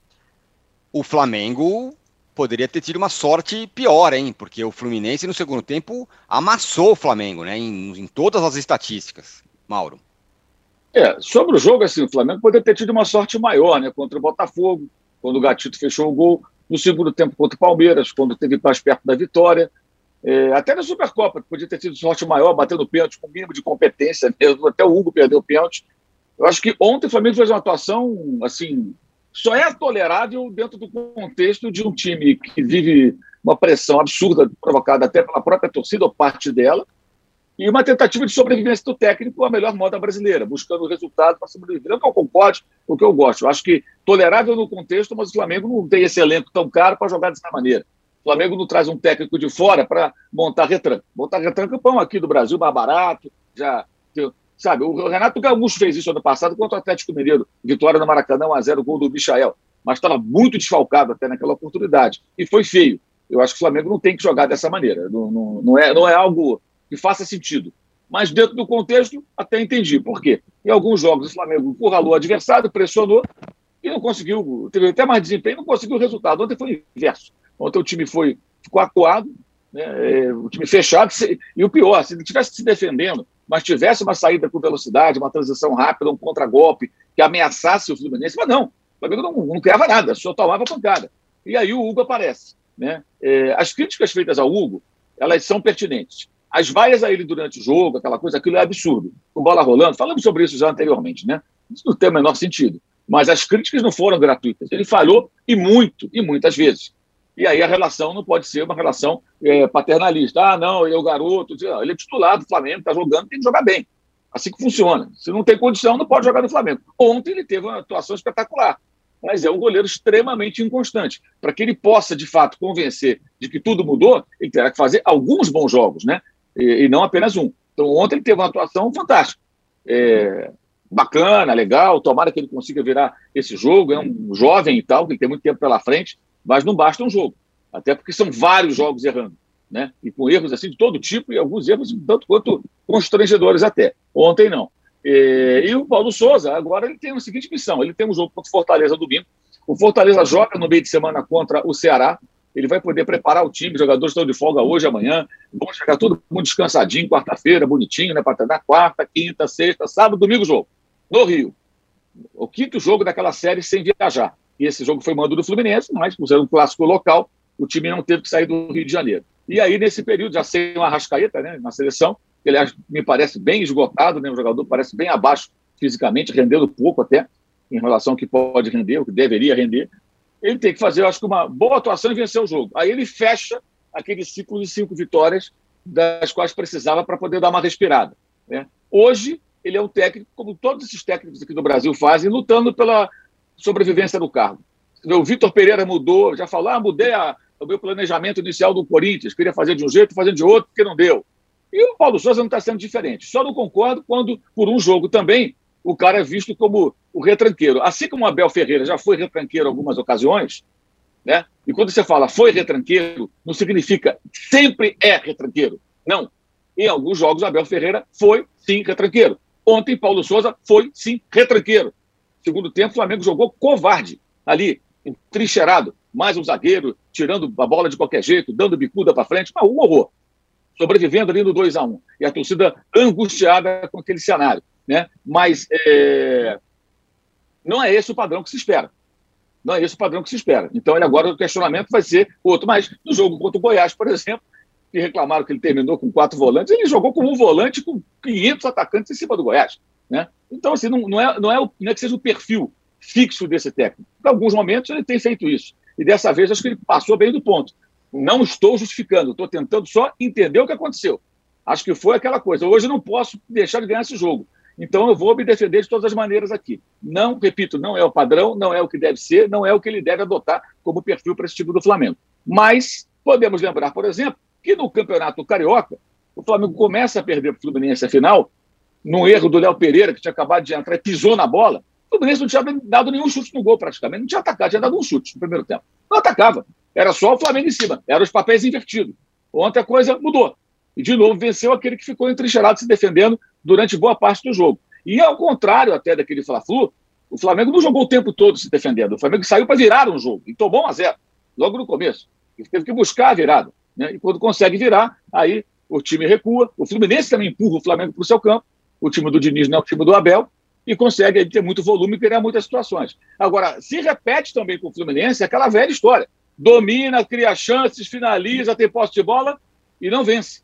o Flamengo poderia ter tido uma sorte pior, hein? Porque o Fluminense no segundo tempo amassou o Flamengo, né, em, em todas as estatísticas. Mauro. É, sobre o jogo, assim, o Flamengo poderia ter tido uma sorte maior, né, contra o Botafogo, quando o Gatito fechou o gol, no segundo tempo contra o Palmeiras, quando teve mais perto da vitória. É, até na Supercopa, que podia ter tido sorte maior, batendo pênalti com o mínimo de competência mesmo, até o Hugo perdeu o pênalti. Eu acho que ontem o Flamengo fez uma atuação, assim, só é tolerável dentro do contexto de um time que vive uma pressão absurda, provocada até pela própria torcida ou parte dela, e uma tentativa de sobrevivência do técnico à melhor moda brasileira, buscando o resultado para sobreviver. Não que eu concorde com o que eu gosto. Eu acho que tolerável no contexto, mas o Flamengo não tem esse elenco tão caro para jogar dessa maneira. O Flamengo não traz um técnico de fora para montar retranca. Montar retranca é pão aqui do Brasil, mais barato. Já, sabe, o Renato Gaúcho fez isso ano passado contra o Atlético Mineiro. Vitória no Maracanã, um a zero, gol do Michael. Mas estava muito desfalcado até naquela oportunidade. E foi feio. Eu acho que o Flamengo não tem que jogar dessa maneira. Não, não, não, é, não é algo que faça sentido. Mas dentro do contexto, até entendi. Por quê? Em alguns jogos o Flamengo encurralou o adversário, pressionou e não conseguiu, teve até mais desempenho, não conseguiu o resultado. Ontem foi o inverso. Ontem o time foi, ficou acuado, né? O time fechado, e o pior, se ele estivesse se defendendo, mas tivesse uma saída com velocidade, uma transição rápida, um contragolpe que ameaçasse o Fluminense, mas não, o Flamengo não, não criava nada, só tomava pancada. E aí o Hugo aparece, né? É, as críticas feitas ao Hugo, elas são pertinentes. As vaias a ele durante o jogo, aquela coisa, aquilo é absurdo. Com bola rolando, falamos sobre isso já anteriormente, né? Isso não tem o menor sentido. Mas as críticas não foram gratuitas. Ele falhou e muito, e muitas vezes. E aí a relação não pode ser uma relação é, paternalista. Ah, não, ele é o garoto. Ele é titular do Flamengo, está jogando, tem que jogar bem. Assim que funciona. Se não tem condição, não pode jogar no Flamengo. Ontem ele teve uma atuação espetacular. Mas é um goleiro extremamente inconstante. Para que ele possa, de fato, convencer de que tudo mudou, ele terá que fazer alguns bons jogos, né? E, e não apenas um. Então, ontem ele teve uma atuação fantástica. É, bacana, legal, tomara que ele consiga virar esse jogo. É um jovem e tal, que ele tem muito tempo pela frente, mas não basta um jogo. Até porque são vários jogos errando, né? E com erros assim de todo tipo, e alguns erros tanto quanto constrangedores até. Ontem não. E, e o Paulo Souza, agora ele tem a seguinte missão, ele tem um jogo contra o Fortaleza domingo, o Fortaleza joga no meio de semana contra o Ceará, ele vai poder preparar o time, os jogadores estão de folga hoje, amanhã, vão chegar tudo muito descansadinho, quarta-feira, bonitinho, né, para treinar quarta, quinta, sexta, sábado, domingo jogo, no Rio. O quinto jogo daquela série sem viajar. E esse jogo foi mando do Fluminense, mas por ser um clássico local, o time não teve que sair do Rio de Janeiro. E aí, nesse período, já sem o Arrascaeta, né, na seleção, ele me parece bem esgotado, né? O jogador parece bem abaixo fisicamente, rendendo pouco até, em relação ao que pode render, o que deveria render. Ele tem que fazer, eu acho que uma boa atuação e vencer o jogo. Aí ele fecha aquele ciclo de cinco vitórias, das quais precisava para poder dar uma respirada, né? Hoje, ele é um técnico, como todos esses técnicos aqui do Brasil fazem, lutando pela sobrevivência do cargo. O Vitor Pereira mudou, já falou, ah, mudei a, o meu planejamento inicial do Corinthians, queria fazer de um jeito, fazer de outro, porque não deu. E o Paulo Souza não está sendo diferente. Só não concordo quando, por um jogo também, o cara é visto como o retranqueiro. Assim como o Abel Ferreira já foi retranqueiro em algumas ocasiões, né? E quando você fala foi retranqueiro, não significa sempre é retranqueiro. Não. Em alguns jogos, o Abel Ferreira foi, sim, retranqueiro. Ontem, Paulo Souza foi, sim, retranqueiro. Segundo tempo, o Flamengo jogou covarde ali, entrincheirado. Mais um zagueiro, tirando a bola de qualquer jeito, dando bicuda para frente. Mas um horror. Sobrevivendo ali no dois a um. E a torcida angustiada com aquele cenário, né? Mas é... não é esse o padrão que se espera. Não é esse o padrão que se espera. Então, ele agora, o questionamento vai ser outro. Mas no jogo contra o Goiás, por exemplo, que reclamaram que ele terminou com quatro volantes, ele jogou com um volante com quinhentos atacantes em cima do Goiás, né? Então, assim, não, não, é, não, é, não é que seja o perfil fixo desse técnico. Em alguns momentos, ele tem feito isso. E dessa vez, acho que ele passou bem do ponto. Não estou justificando, estou tentando só entender o que aconteceu. Acho que foi aquela coisa. Hoje eu não posso deixar de ganhar esse jogo. Então eu vou me defender de todas as maneiras aqui. Não, repito, não é o padrão, não é o que deve ser, não é o que ele deve adotar como perfil para esse time do Flamengo. Mas podemos lembrar, por exemplo, que no Campeonato Carioca, o Flamengo começa a perder para o Fluminense a final, num erro do Léo Pereira, que tinha acabado de entrar e pisou na bola. O Fluminense não tinha dado nenhum chute no gol praticamente, não tinha atacado, tinha dado um chute no primeiro tempo. Não atacava. Era só o Flamengo em cima. Eram os papéis invertidos. Ontem a coisa mudou. E, de novo, venceu aquele que ficou entrincheirado se defendendo durante boa parte do jogo. E, ao contrário até daquele Fla-Flu, o Flamengo não jogou o tempo todo se defendendo. O Flamengo saiu para virar um jogo. E tomou um a zero, logo no começo. Ele teve que buscar a virada, né? E quando consegue virar, aí o time recua. O Fluminense também empurra o Flamengo para o seu campo. O time do Diniz não é o time do Abel. E consegue aí ter muito volume e criar muitas situações. Agora, se repete também com o Fluminense aquela velha história. Domina, cria chances, finaliza, tem posse de bola e não vence.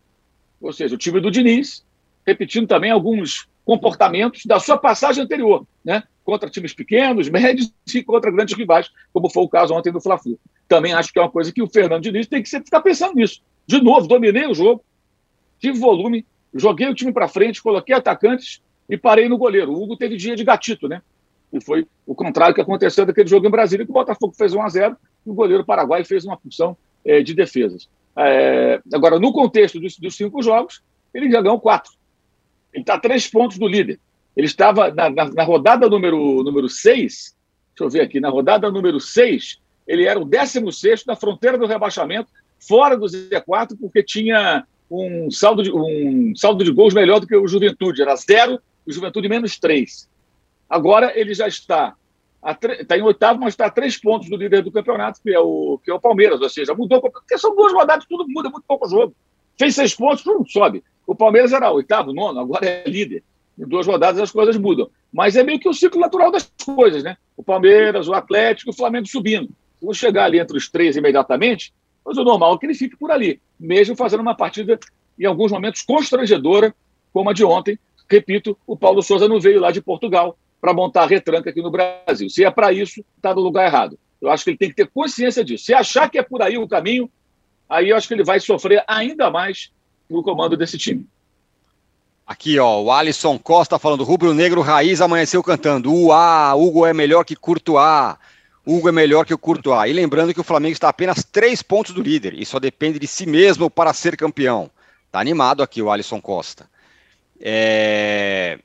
Ou seja, o time do Diniz, repetindo também alguns comportamentos da sua passagem anterior, né? Contra times pequenos, médios e contra grandes rivais, como foi o caso ontem do Fla-Flu. Também acho que é uma coisa que o Fernando Diniz tem que sempre ficar pensando nisso. De novo, dominei o jogo, tive volume, joguei o time para frente, coloquei atacantes e parei no goleiro. O Hugo teve dia de gatito, né? E foi o contrário que aconteceu daquele jogo em Brasília, que o Botafogo fez um a zero e o goleiro paraguai fez uma função é, de defesas. É, agora, no contexto dos, dos cinco jogos, ele já ganhou quatro. Ele está a três pontos do líder. Ele estava na, na, na rodada número, número seis, deixa eu ver aqui, na rodada número seis, ele era o décimo sexto na fronteira do rebaixamento, fora do Z quatro, porque tinha um saldo de, um saldo de gols melhor do que o Juventude. Era zero, o Juventude menos três. Agora ele já está Está em oitavo, mas está a três pontos do líder do campeonato, que é o, que é o Palmeiras. Ou seja, mudou, porque são duas rodadas, tudo muda, muito pouco jogo. Fez seis pontos, tudo sobe. O Palmeiras era oitavo, nono, agora é líder. Em duas rodadas as coisas mudam. Mas é meio que o ciclo natural das coisas, né? O Palmeiras, o Atlético, o Flamengo subindo. Vão chegar ali entre os três imediatamente, mas o normal é que ele fique por ali, mesmo fazendo uma partida, em alguns momentos, constrangedora, como a de ontem. Repito, o Paulo Sousa não veio lá de Portugal para montar a retranca aqui no Brasil. Se é para isso, está no lugar errado. Eu acho que ele tem que ter consciência disso. Se achar que é por aí o caminho, aí eu acho que ele vai sofrer ainda mais no comando desse time. Aqui, ó, o Alisson Costa falando, rubro-negro raiz amanheceu cantando, uá, Hugo é melhor que Courtois, Hugo é melhor que o Courtois. E lembrando que o Flamengo está a apenas três pontos do líder e só depende de si mesmo para ser campeão. Tá animado aqui o Alisson Costa. É...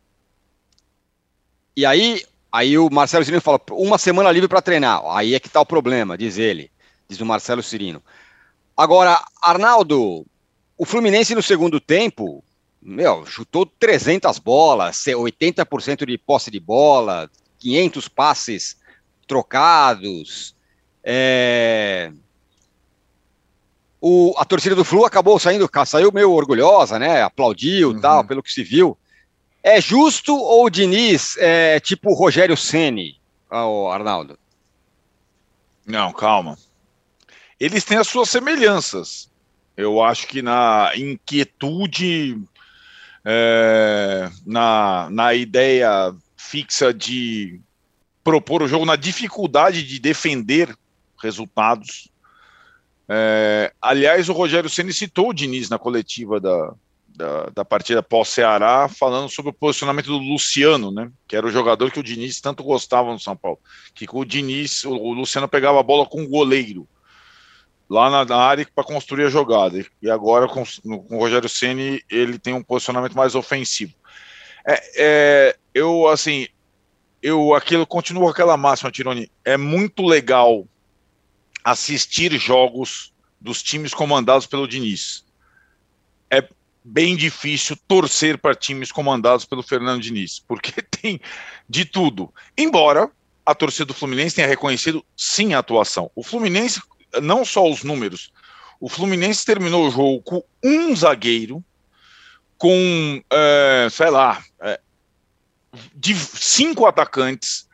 E aí, aí o Marcelo Cirino fala, uma semana livre para treinar. Aí é que tá o problema, diz ele, diz o Marcelo Cirino. Agora, Arnaldo, o Fluminense no segundo tempo, meu, chutou trezentas bolas, oitenta por cento de posse de bola, quinhentos passes trocados. É... O, a torcida do Flu acabou saindo, saiu meio orgulhosa, né? Aplaudiu, uhum. Tal, pelo que se viu. É justo ou o Diniz é tipo o Rogério Ceni, oh, Arnaldo? Não, calma. Eles têm as suas semelhanças. Eu acho que na inquietude, é, na, na ideia fixa de propor o jogo, na dificuldade de defender resultados. É, aliás, o Rogério Ceni citou o Diniz na coletiva da, da, da partida pós-Ceará, falando sobre o posicionamento do Luciano, né, que era o jogador que o Diniz tanto gostava no São Paulo, que com o Diniz, o, o Luciano pegava a bola com o goleiro, lá na, na área para construir a jogada, e agora com, no, com o Rogério Ceni ele tem um posicionamento mais ofensivo. É, é, eu, assim, eu aquilo, continuo aquela máxima, Tironi, é muito legal assistir jogos dos times comandados pelo Diniz. É bem difícil torcer para times comandados pelo Fernando Diniz, porque tem de tudo. Embora a torcida do Fluminense tenha reconhecido, sim, a atuação. O Fluminense, não só os números, o Fluminense terminou o jogo com um zagueiro, com, é, sei lá, é, de cinco atacantes,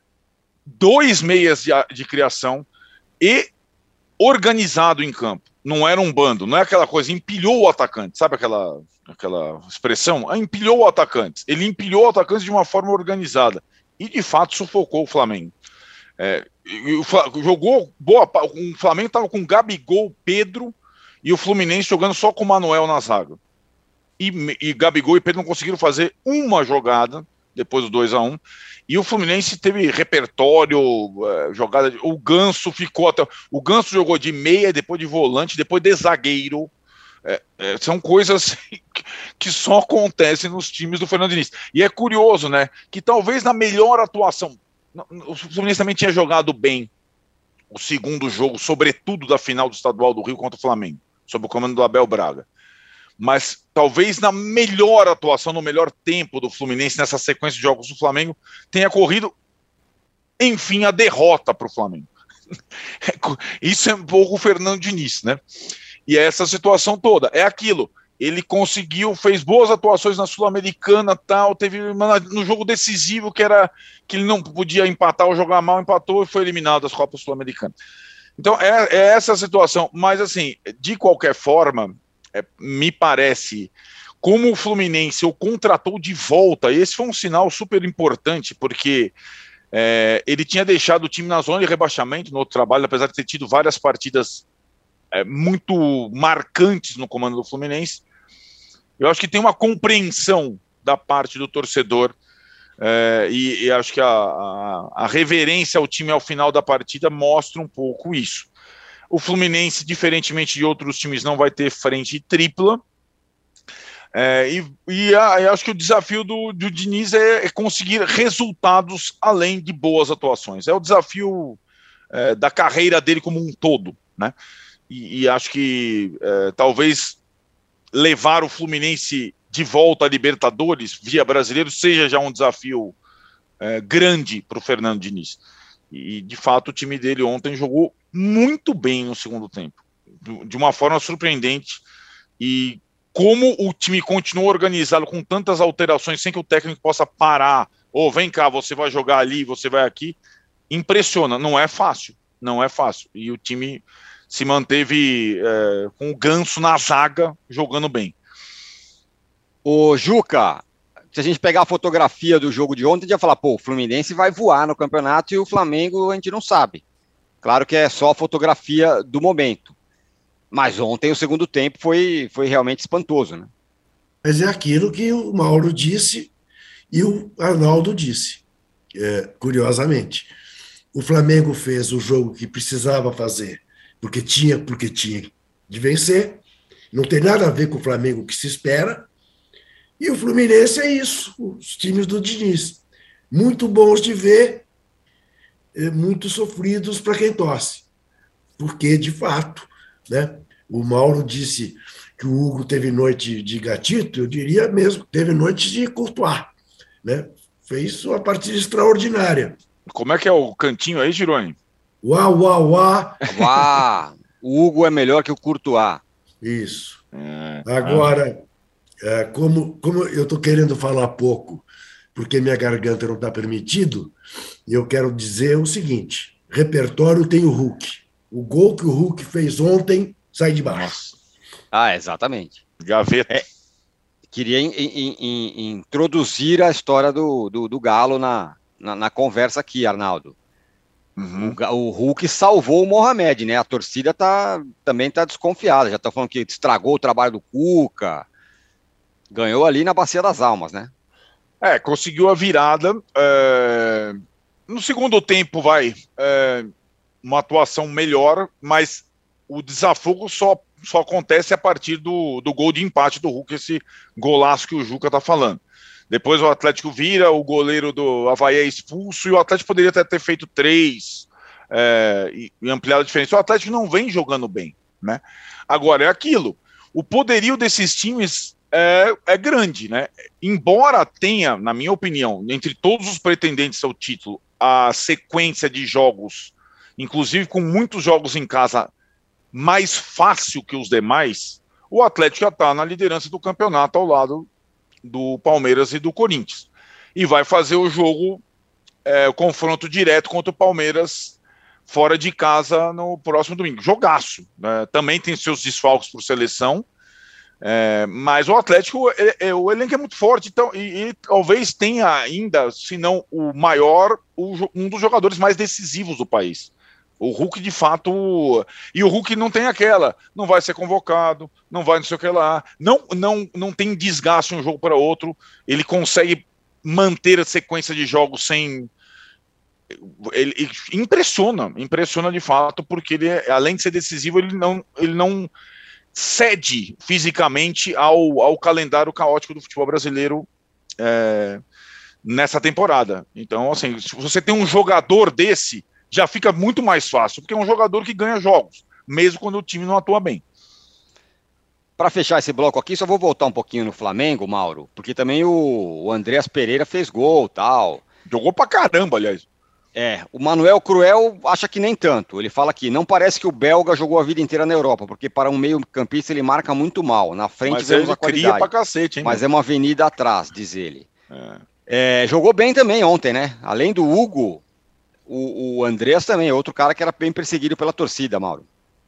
dois meias de, de criação, e organizado em campo. Não era um bando, não é aquela coisa, empilhou o atacante, sabe aquela, aquela expressão? Empilhou o atacante. Ele empilhou o atacante de uma forma organizada e, de fato, sufocou o Flamengo. É, o, jogou boa, o Flamengo estava com Gabigol, Pedro e o Fluminense jogando só com o Manuel na zaga. E, e Gabigol e Pedro não conseguiram fazer uma jogada depois do dois a um. E o Fluminense teve repertório, uh, jogada. O Ganso ficou até. O Ganso jogou de meia, depois de volante, depois de zagueiro. É, é, são coisas que só acontecem nos times do Fernando Diniz. E é curioso, né? Que talvez na melhor atuação. O Fluminense também tinha jogado bem o segundo jogo, sobretudo da final do Estadual do Rio contra o Flamengo, sob o comando do Abel Braga. Mas talvez na melhor atuação, no melhor tempo do Fluminense, nessa sequência de jogos do Flamengo, tenha corrido, enfim, a derrota para o Flamengo. Isso é um pouco o Fernando Diniz, né? E é essa situação toda, é aquilo. Ele conseguiu, fez boas atuações na Sul-Americana, tal, teve uma, no jogo decisivo que era que ele não podia empatar ou jogar mal, empatou e foi eliminado das Copas Sul-Americanas. Então é, é essa a situação, mas assim, de qualquer forma, é, me parece, como o Fluminense o contratou de volta, esse foi um sinal super importante, porque é, ele tinha deixado o time na zona de rebaixamento no outro trabalho, apesar de ter tido várias partidas é, muito marcantes no comando do Fluminense. Eu acho que tem uma compreensão da parte do torcedor é, e, e acho que a, a, a reverência ao time ao final da partida mostra um pouco isso. O Fluminense, diferentemente de outros times, não vai ter frente tripla. É, e e a, acho que o desafio do, do Diniz é, é conseguir resultados além de boas atuações. É o desafio é, da carreira dele como um todo, né? E, e acho que é, talvez levar o Fluminense de volta a Libertadores via brasileiro seja já um desafio é, grande para o Fernando Diniz. E, de fato, o time dele ontem jogou muito bem no segundo tempo, de uma forma surpreendente. E como o time continuou organizado com tantas alterações, sem que o técnico possa parar, ou oh, vem cá, você vai jogar ali, você vai aqui, impressiona. Não é fácil, não é fácil. E o time se manteve é, com o Ganso na zaga, jogando bem. Ô, Juca, se a gente pegar a fotografia do jogo de ontem, a gente ia falar, pô, o Fluminense vai voar no campeonato e o Flamengo a gente não sabe. Claro que é só a fotografia do momento. Mas ontem o segundo tempo foi, foi realmente espantoso, né? Mas é aquilo que o Mauro disse e o Arnaldo disse, é, curiosamente. O Flamengo fez o jogo que precisava fazer, porque tinha, porque tinha de vencer. Não tem nada a ver com o Flamengo que se espera. E o Fluminense é isso, os times do Diniz. Muito bons de ver, muito sofridos para quem torce. Porque, de fato, né, o Mauro disse que o Hugo teve noite de gatito, eu diria mesmo, teve noite de Courtois. Né? Fez uma partida extraordinária. Como é que é o cantinho aí, Gironi? Uá, uá, uá. Uá, o Hugo é melhor que o Courtois. Isso. É, Agora, é, como, como eu estou querendo falar pouco, porque minha garganta não está permitido, eu quero dizer o seguinte, repertório tem o Hulk. O gol que o Hulk fez ontem sai de baixo. Ah, exatamente. Gaveta. É, queria in, in, in, introduzir a história do, do, do Galo na, na, na conversa aqui, Arnaldo. Uhum. O, o Hulk salvou o Mohamed, né? A torcida tá, também está desconfiada. Já está falando que estragou o trabalho do Cuca. Ganhou ali na Bacia das Almas, né? É, conseguiu a virada. É... No segundo tempo, vai, é... uma atuação melhor, mas o desafogo só, só acontece a partir do, do gol de empate do Hulk, esse golaço que o Juca está falando. Depois o Atlético vira, o goleiro do Avaí é expulso e o Atlético poderia até ter feito três é, e, e ampliado a diferença. O Atlético não vem jogando bem, né? Agora, é aquilo. O poderio desses times é, é grande, né? Embora tenha, na minha opinião, entre todos os pretendentes ao título, a sequência de jogos, inclusive com muitos jogos em casa, mais fácil que os demais, o Atlético já está na liderança do campeonato ao lado do Palmeiras e do Corinthians. E vai fazer o jogo, é, o confronto direto contra o Palmeiras fora de casa no próximo domingo. Jogaço, né? Também tem seus desfalques por seleção, é, mas o Atlético, é, é, o elenco é muito forte, então, e, e talvez tenha ainda, se não o maior, o, um dos jogadores mais decisivos do país. O Hulk, de fato... E o Hulk não tem aquela, não vai ser convocado, não vai não sei o que lá, não, não, não tem desgaste um jogo para outro, ele consegue manter a sequência de jogos sem... Ele, ele impressiona, impressiona de fato, porque ele, além de ser decisivo, ele não, ele não cede fisicamente ao, ao calendário caótico do futebol brasileiro é, nessa temporada. Então, assim, se você tem um jogador desse, já fica muito mais fácil, porque é um jogador que ganha jogos, mesmo quando o time não atua bem. Para fechar esse bloco aqui, só vou voltar um pouquinho no Flamengo, Mauro, porque também o, o Andreas Pereira fez gol e tal. Jogou pra caramba, aliás. É, o Manuel Cruel acha que nem tanto. Ele fala que não parece que o belga jogou a vida inteira na Europa, porque para um meio-campista ele marca muito mal. Na frente mas vemos ele a qualidade. Cria pra cacete, hein? Mas é uma avenida atrás, diz ele. É. É, jogou bem também ontem, né? Além do Hugo, o, o Andreas também é outro cara que era bem perseguido pela torcida, Mauro.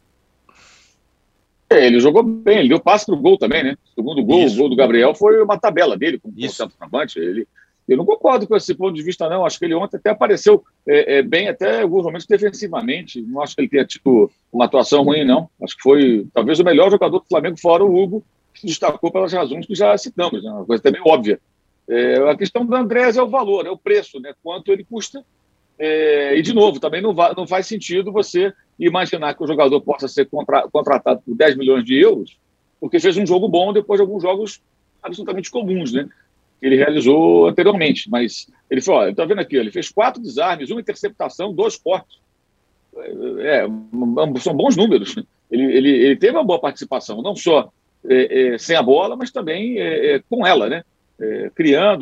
É, ele jogou bem, ele deu passe pro gol também, né? O segundo gol, Isso. o gol do Gabriel foi uma tabela dele, como centroavante. Ele, eu não concordo com esse ponto de vista, não. Acho que ele ontem até apareceu é, é, bem, até alguns momentos defensivamente. Não acho que ele tenha tido uma atuação ruim, não. Acho que foi talvez o melhor jogador do Flamengo, fora o Hugo, que se destacou pelas razões que já citamos, né? Uma coisa também óbvia. É, a questão do Andrés é o valor, é o preço, né? Quanto ele custa. É, e, de novo, também não, vai, não faz sentido você imaginar que o jogador possa ser contra, contratado por dez milhões de euros, porque fez um jogo bom depois de alguns jogos absolutamente comuns, né? Que ele realizou anteriormente. Mas ele falou, está vendo aqui, ele fez quatro desarmes, uma interceptação, dois cortes. É, é, são bons números. Né? Ele, ele, ele teve uma boa participação, não só é, é, sem a bola, mas também é, é, com ela, né? É, criando,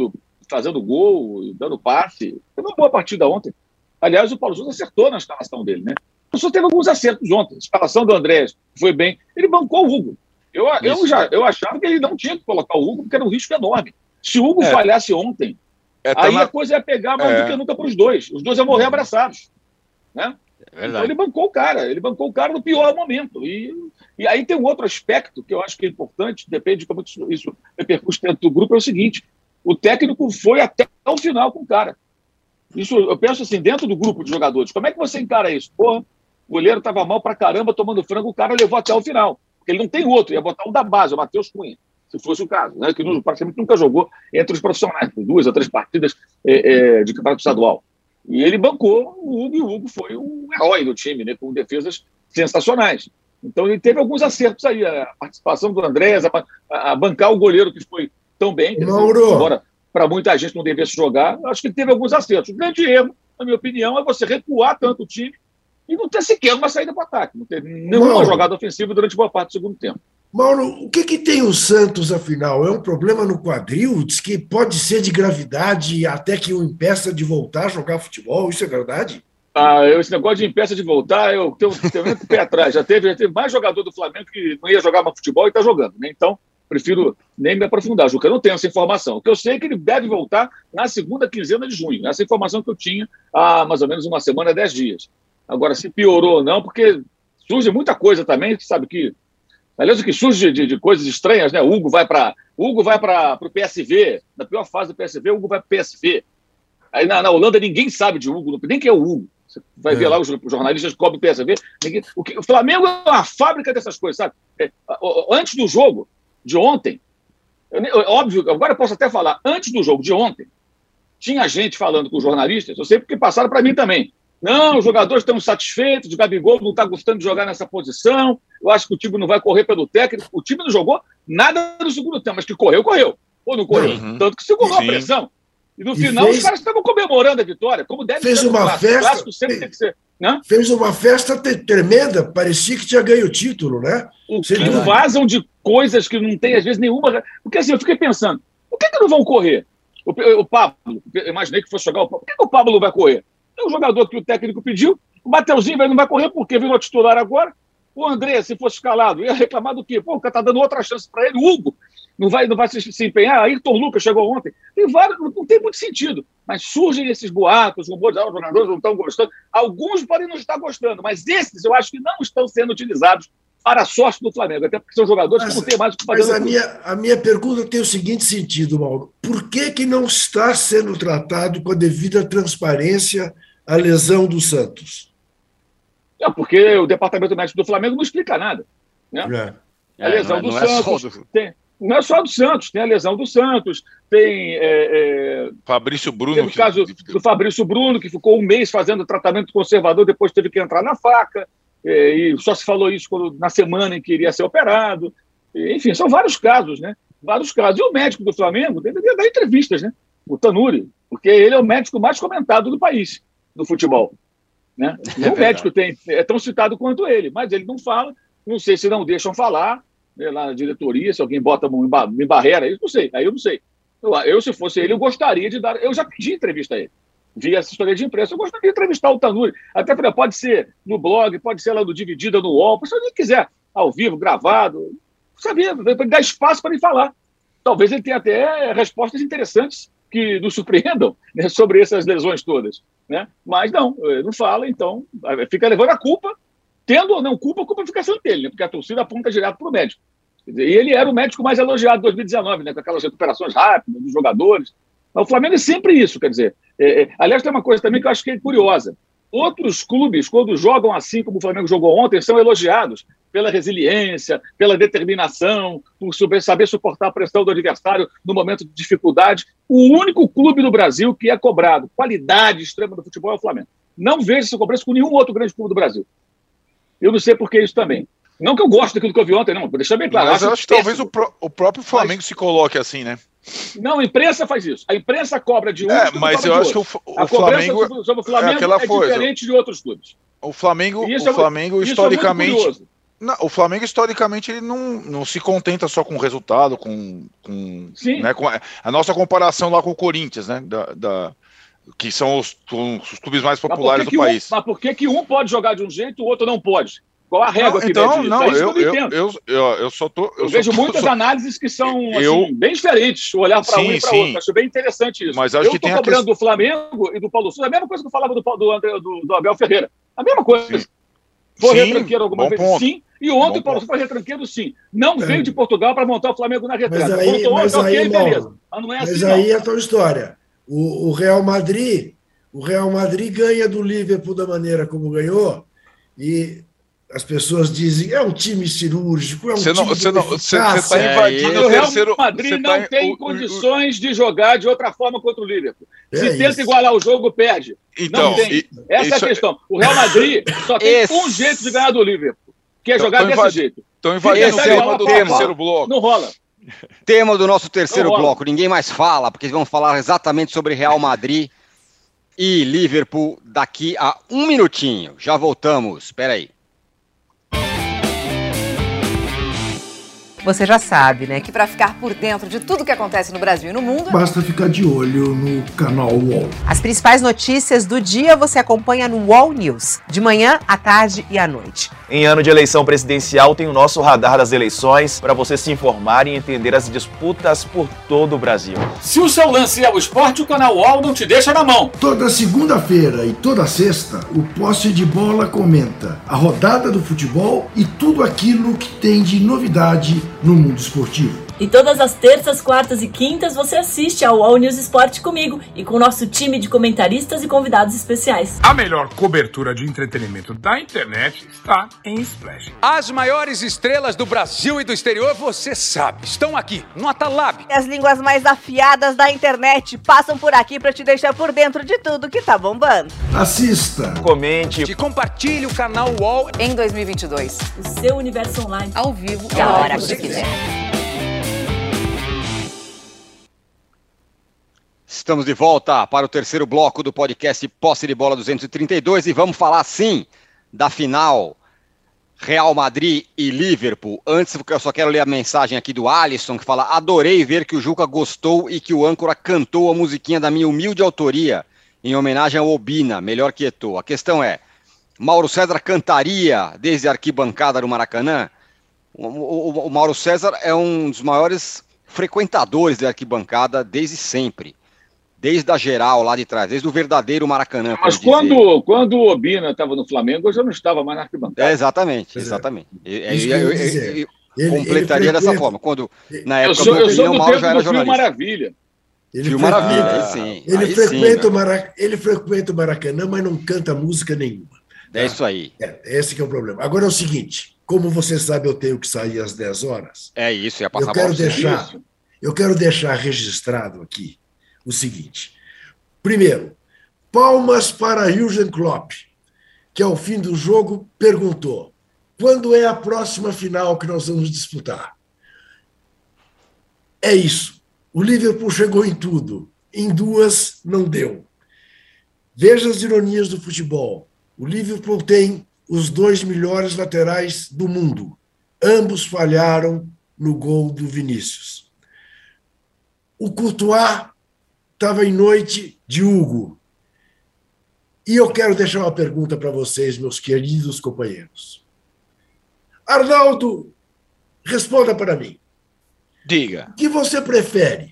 fazendo gol, dando passe. Teve uma boa partida ontem. Aliás, o Paulo Sousa acertou na escalação dele, né? O Sousa teve alguns acertos ontem. A escalação do Andrés foi bem. Ele bancou o Hugo. Eu, eu, já, eu achava que ele não tinha que colocar o Hugo, porque era um risco enorme. Se o Hugo é. falhasse ontem, é, tá aí na... a coisa ia pegar mais é. do que nunca para os dois. Os dois iam morrer abraçados. Né? É então ele bancou o cara. Ele bancou o cara no pior momento. E, e aí tem um outro aspecto que eu acho que é importante, depende de como isso, isso repercute dentro do grupo, é o seguinte: o técnico foi até o final com o cara. Isso, eu penso assim, dentro do grupo de jogadores, como é que você encara isso? Porra, o goleiro estava mal pra caramba tomando frango, o cara levou até o final. Porque ele não tem outro, ia botar um da base, o Matheus Cunha, se fosse o caso, né? Que praticamente nunca jogou entre os profissionais, duas ou três partidas é, é, de campeonato estadual. E ele bancou o Hugo, e o Hugo foi um herói do time, né? Com defesas sensacionais. Então ele teve alguns acertos aí, a participação do Andrés, a, a, a bancar o goleiro que foi tão bem, que Mauro. Embora para muita gente não devesse jogar, acho que ele teve alguns acertos. O grande erro, na minha opinião, é você recuar tanto o time e não ter sequer uma saída para o ataque, não ter nenhuma Mauro. jogada ofensiva durante boa parte do segundo tempo. Mauro, o que, que tem o Santos, afinal? É um problema no quadril? Diz que pode ser de gravidade até que o impeça de voltar a jogar futebol, isso é verdade? Ah, eu, esse negócio de impeça de voltar, eu tenho, tenho muito pé atrás. Já teve, já teve mais jogador do Flamengo que não ia jogar mais futebol e está jogando, né? Então, prefiro nem me aprofundar, Juca. Eu não tenho essa informação. O que eu sei é que ele deve voltar na segunda quinzena de junho. Essa informação que eu tinha há mais ou menos uma semana, dez dias. Agora, se piorou ou não, porque surge muita coisa também, que sabe que... Aliás, o que surge de, de coisas estranhas, né? O Hugo vai para Hugo vai para o P S V, na pior fase do P S V, o Hugo vai para o P S V. Aí na, na Holanda ninguém sabe de Hugo, nem quem é o Hugo. Você vai é. ver lá os jornalistas que cobrem o P S V. Ninguém, o, que, o Flamengo é uma fábrica dessas coisas, sabe? É, antes do jogo de ontem, eu, óbvio, agora eu posso até falar, antes do jogo de ontem, tinha gente falando com os jornalistas, eu sei porque passaram para mim também. Não, os jogadores estão satisfeitos, o Gabigol não está gostando de jogar nessa posição, eu acho que o time não vai correr pelo técnico. O time não jogou nada no segundo tempo, mas que correu, correu. Ou não correu? Uhum. Tanto que segurou Sim. a pressão. E no e final fez... os caras estavam comemorando a vitória, como deve fez ser. Uma clássico. festa, O clássico sempre fez... tem que ser. Né? Fez uma festa tremenda, parecia que tinha ganho o título, né? O que vazam de coisas que não tem, às vezes, nenhuma. Porque assim, eu fiquei pensando, por que, que não vão correr? O, o Pablo, eu imaginei que fosse jogar o Pablo. Por que, que o Pablo não vai correr? É um jogador que o técnico pediu, o Mateuzinho não vai correr porque virou titular agora. O André, se fosse escalado, ia reclamar do quê? Pô, o cara tá dando outra chance para ele. O Hugo não vai, não vai se, se empenhar. Ayrton Lucas chegou ontem. Tem vários, não tem muito sentido. Mas surgem esses boatos, rumores, ah, os jogadores não estão gostando. Alguns podem não estar gostando, mas esses eu acho que não estão sendo utilizados para a sorte do Flamengo, até porque são jogadores mas, que não têm mais o que fazer. Mas a minha, a minha pergunta tem o seguinte sentido, Mauro. Por que, que não está sendo tratado com a devida transparência a lesão do Santos? É porque o departamento médico do Flamengo não explica nada. Né? É. A lesão é, do Santos. É do... Tem, não é só do Santos, tem a lesão do Santos, tem. É, é... Fabrício Bruno. O caso que... do Fabrício Bruno, que ficou um mês fazendo tratamento conservador, depois teve que entrar na faca, é, e só se falou isso quando, na semana em que iria ser operado. E, enfim, são vários casos, né? Vários casos. E o médico do Flamengo deveria dar entrevistas, né? O Tanuri, porque ele é o médico mais comentado do país, do futebol. Né? É o médico tem, é tão citado quanto ele, mas ele não fala, não sei se não deixam falar, né, lá na diretoria, se alguém bota em, bar, em barreira, eu não sei, aí eu não sei. Eu, eu, se fosse ele, eu gostaria de dar, eu já pedi entrevista a ele, vi essa história de imprensa, eu gostaria de entrevistar o Tanuri, até falei, pode ser no blog, pode ser lá no Dividida, no U O L, se alguém quiser, ao vivo, gravado, sabia, dar espaço para ele falar. Talvez ele tenha até respostas interessantes que nos surpreendam, né, sobre essas lesões todas. Né? Mas não, não fala, então fica levando a culpa, tendo ou não culpa, a culpa fica sendo dele, né? Porque a torcida aponta direto para o médico. Quer dizer, e ele era o médico mais elogiado de dois mil e dezenove, né? Com aquelas recuperações rápidas dos jogadores. Mas o Flamengo é sempre isso, quer dizer. É, é, aliás, tem uma coisa também que eu acho que é curiosa. Outros clubes, quando jogam assim como o Flamengo jogou ontem, são elogiados pela resiliência, pela determinação, por saber suportar a pressão do adversário no momento de dificuldade. O único clube no Brasil que é cobrado qualidade extrema do futebol é o Flamengo. Não vejo essa cobrança com nenhum outro grande clube do Brasil. Eu não sei por que isso também. Não que eu goste daquilo que eu vi ontem, não. Vou deixar bem claro. Mas eu acho que talvez o, pro, o próprio Flamengo mas... se coloque assim, né? Não, a imprensa faz isso. A imprensa cobra de um. É, mas eu acho outro. que o, o a Flamengo. Sobre o Flamengo é, é diferente de outros clubes. O Flamengo, o Flamengo é, historicamente. Não, o Flamengo, historicamente, ele não, não se contenta só com o resultado, com, com, né, com a, a nossa comparação lá com o Corinthians, né? Da, da, que são os, os clubes mais populares do país. Um, mas por que, que um pode jogar de um jeito e o outro não pode? Qual a régua não, que então, não, é eu, eu, eu, eu, eu só tô. Eu, eu vejo tô, muitas só, análises que são eu, assim, bem diferentes, olhar para um e para outro. Acho bem interessante isso. Mas acho eu que estou tem cobrando a do Flamengo e do Paulo Souza, a mesma coisa que eu falava do, do, do, do Abel Ferreira. A mesma coisa. Sim. Foi retranqueiro alguma vez? Ponto. Sim. E ontem bom o Paulo Souza foi retranqueiro, sim. Não é. veio de Portugal para montar o Flamengo na retranca. Mas aí, mas okay, aí, beleza. Mas não é mas assim, aí não. é a tua história. O, o Real Madrid, o Real Madrid ganha do Liverpool da maneira como ganhou, e as pessoas dizem é um time cirúrgico, é um você time não, você não, você está é, invadindo o o Real terceiro. Madrid não tá, tem o, condições o, de jogar de outra forma contra o Liverpool. É Se isso. tenta igualar o jogo, perde. Então, não tem. E, Essa é a questão. O Real Madrid só tem Esse... um jeito de ganhar do Liverpool, que é então, jogar desse invad... jeito. Estão invadindo o tema do tema. terceiro bloco. Não rola. Tema do nosso terceiro bloco. Ninguém mais fala, porque vamos falar exatamente sobre Real Madrid e Liverpool daqui a um minutinho. Já voltamos. Espera aí. Você já sabe, né, que para ficar por dentro de tudo que acontece no Brasil e no mundo, basta ficar de olho no canal U O L. As principais notícias do dia você acompanha no U O L News, de manhã, à tarde e à noite. Em ano de eleição presidencial, tem o nosso radar das eleições para você se informar e entender as disputas por todo o Brasil. Se o seu lance é o esporte, o canal U O L não te deixa na mão. Toda segunda-feira e toda sexta, o Posse de Bola comenta a rodada do futebol e tudo aquilo que tem de novidade no mundo esportivo. E todas as terças, quartas e quintas você assiste ao U O L News Esporte comigo e com o nosso time de comentaristas e convidados especiais. A melhor cobertura de entretenimento da internet está em Splash. As maiores estrelas do Brasil e do exterior, você sabe, estão aqui no Atalab. As línguas mais afiadas da internet passam por aqui para te deixar por dentro de tudo que tá bombando. Assista, comente e compartilhe o canal U O L em dois mil e vinte e dois. O seu universo online, ao vivo e a hora que você quiser. Estamos de volta para o terceiro bloco do podcast Posse de Bola duzentos e trinta e dois e vamos falar, sim, da final Real Madrid e Liverpool. Antes, eu só quero ler a mensagem aqui do Alisson, que fala: adorei ver que o Juca gostou e que o âncora cantou a musiquinha da minha humilde autoria, em homenagem ao Obina, melhor que Eto'o. A questão é, Mauro César cantaria desde a arquibancada no Maracanã? O, o, o Mauro César é um dos maiores frequentadores da arquibancada desde sempre. Desde a geral lá de trás, desde o verdadeiro Maracanã. Mas quando, quando o Obina estava no Flamengo, eu já não estava mais na arquibancada. É, exatamente, exatamente. É. Eu, eu, eu, eu, eu completaria ele dessa forma. Quando, na época, eu sou, eu sou o do Mauro tempo já era do Fio jornalista. Maravilha. Ele Fio frequenta, Maravilha, aí sim. Ele, aí frequenta sim, o Marac... ele frequenta o Maracanã, mas não canta música nenhuma. É isso aí. É, esse que é o problema. Agora é o seguinte, como você sabe, eu tenho que sair às dez horas. É isso, ia passar eu quero por deixar, isso. Eu quero deixar registrado aqui o seguinte. Primeiro, palmas para Jürgen Klopp, que ao fim do jogo perguntou: quando é a próxima final que nós vamos disputar? É isso. O Liverpool chegou em tudo. Em duas, não deu. Veja as ironias do futebol. O Liverpool tem os dois melhores laterais do mundo. Ambos falharam no gol do Vinícius. O Courtois estava em noite de Hugo. E eu quero deixar uma pergunta para vocês, meus queridos companheiros. Arnaldo, responda para mim. Diga. O que você prefere?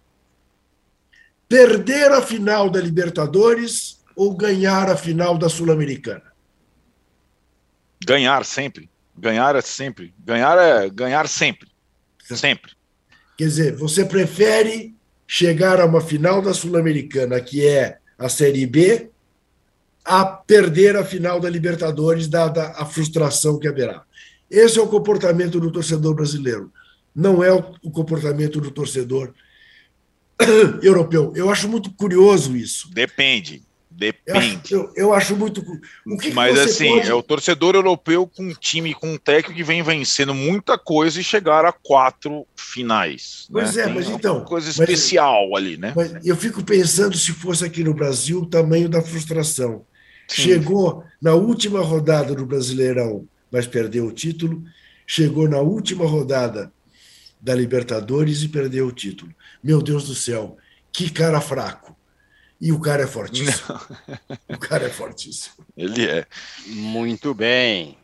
Perder a final da Libertadores ou ganhar a final da Sul-Americana? Ganhar sempre. Ganhar é sempre. Ganhar é ganhar sempre. Sempre. Quer dizer, você prefere chegar a uma final da Sul-Americana, que é a Série B, a perder a final da Libertadores, dada a frustração que haverá. Esse é o comportamento do torcedor brasileiro. Não é o comportamento do torcedor europeu. Eu acho muito curioso isso. Depende. Depende. Eu acho, eu, eu acho muito... O que Mas que você assim, pode... é o torcedor europeu com um time, com um técnico que vem vencendo muita coisa e chegar a quatro finais. Pois né? é, Tem mas uma então... coisa mas, especial ali, né? Mas eu fico pensando se fosse aqui no Brasil o tamanho da frustração. Sim. Chegou na última rodada do Brasileirão, mas perdeu o título. Chegou na última rodada da Libertadores e perdeu o título. Meu Deus do céu, que cara fraco. E o cara é fortíssimo. Não. O cara é fortíssimo. Ele é. Muito bem.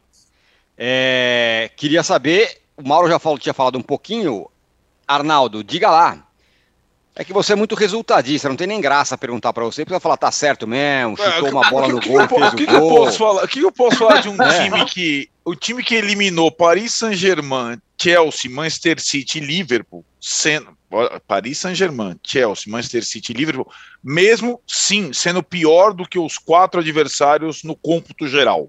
É, queria saber, o Mauro já falou, tinha falado um pouquinho. Arnaldo, diga lá. É que você é muito resultadista, não tem nem graça perguntar para você, porque vai falar, tá certo mesmo, chutou uma bola no gol, fez o gol. O que eu posso falar de um time que... O time que eliminou Paris Saint-Germain, Chelsea, Manchester City e Liverpool, sendo, Paris Saint-Germain, Chelsea, Manchester City e Liverpool, mesmo sim sendo pior do que os quatro adversários no cômputo geral.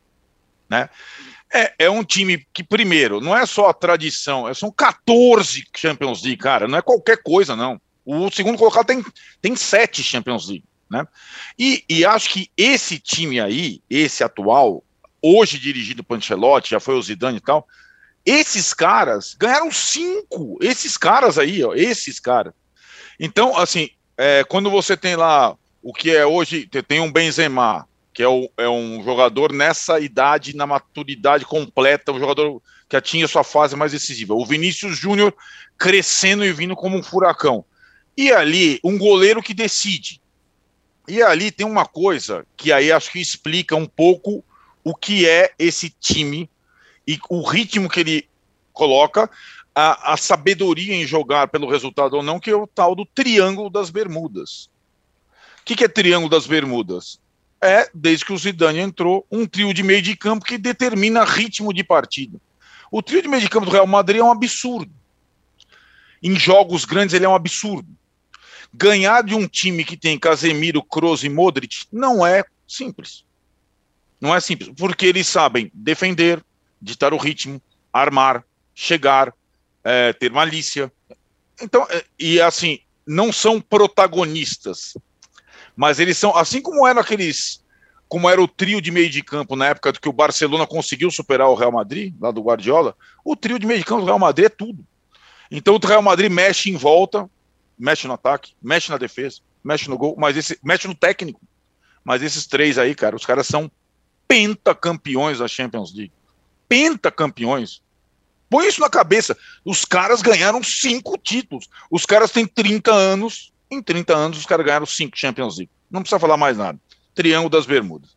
Né? É, é um time que, primeiro, não é só a tradição, são quatorze Champions League, cara, não é qualquer coisa, não. O segundo colocado tem, tem sete Champions League. Né? E, e acho que esse time aí, esse atual, hoje dirigido por Ancelotti, já foi o Zidane e tal, esses caras ganharam cinco, esses caras aí, ó, esses caras. Então, assim, é, quando você tem lá o que é hoje, tem um Benzema, que é, o, é um jogador nessa idade, na maturidade completa, um jogador que atinge a sua fase mais decisiva. O Vinícius Júnior crescendo e vindo como um furacão. E ali, um goleiro que decide. E ali tem uma coisa que aí acho que explica um pouco o que é esse time e o ritmo que ele coloca, a, a sabedoria em jogar pelo resultado ou não, que é o tal do Triângulo das Bermudas. O que, que é Triângulo das Bermudas? É, desde que o Zidane entrou, um trio de meio de campo que determina ritmo de partida. O trio de meio de campo do Real Madrid é um absurdo. Em jogos grandes ele é um absurdo. Ganhar de um time que tem Casemiro, Kroos e Modric não é simples. Não é simples, porque eles sabem defender, ditar o ritmo, armar, chegar, é, ter malícia. Então, é, e assim, não são protagonistas, mas eles são, assim como eram aqueles, como era o trio de meio de campo na época que o Barcelona conseguiu superar o Real Madrid, lá do Guardiola, o trio de meio de campo do Real Madrid é tudo. Então o Real Madrid mexe em volta, mexe no ataque, mexe na defesa, mexe no gol, mas esse, mexe no técnico. Mas esses três aí, cara, os caras são pentacampeões da Champions League. Pentacampeões. Põe isso na cabeça. Os caras ganharam cinco títulos. Os caras têm trinta anos. Em trinta anos, os caras ganharam cinco Champions League. Não precisa falar mais nada. Triângulo das Bermudas.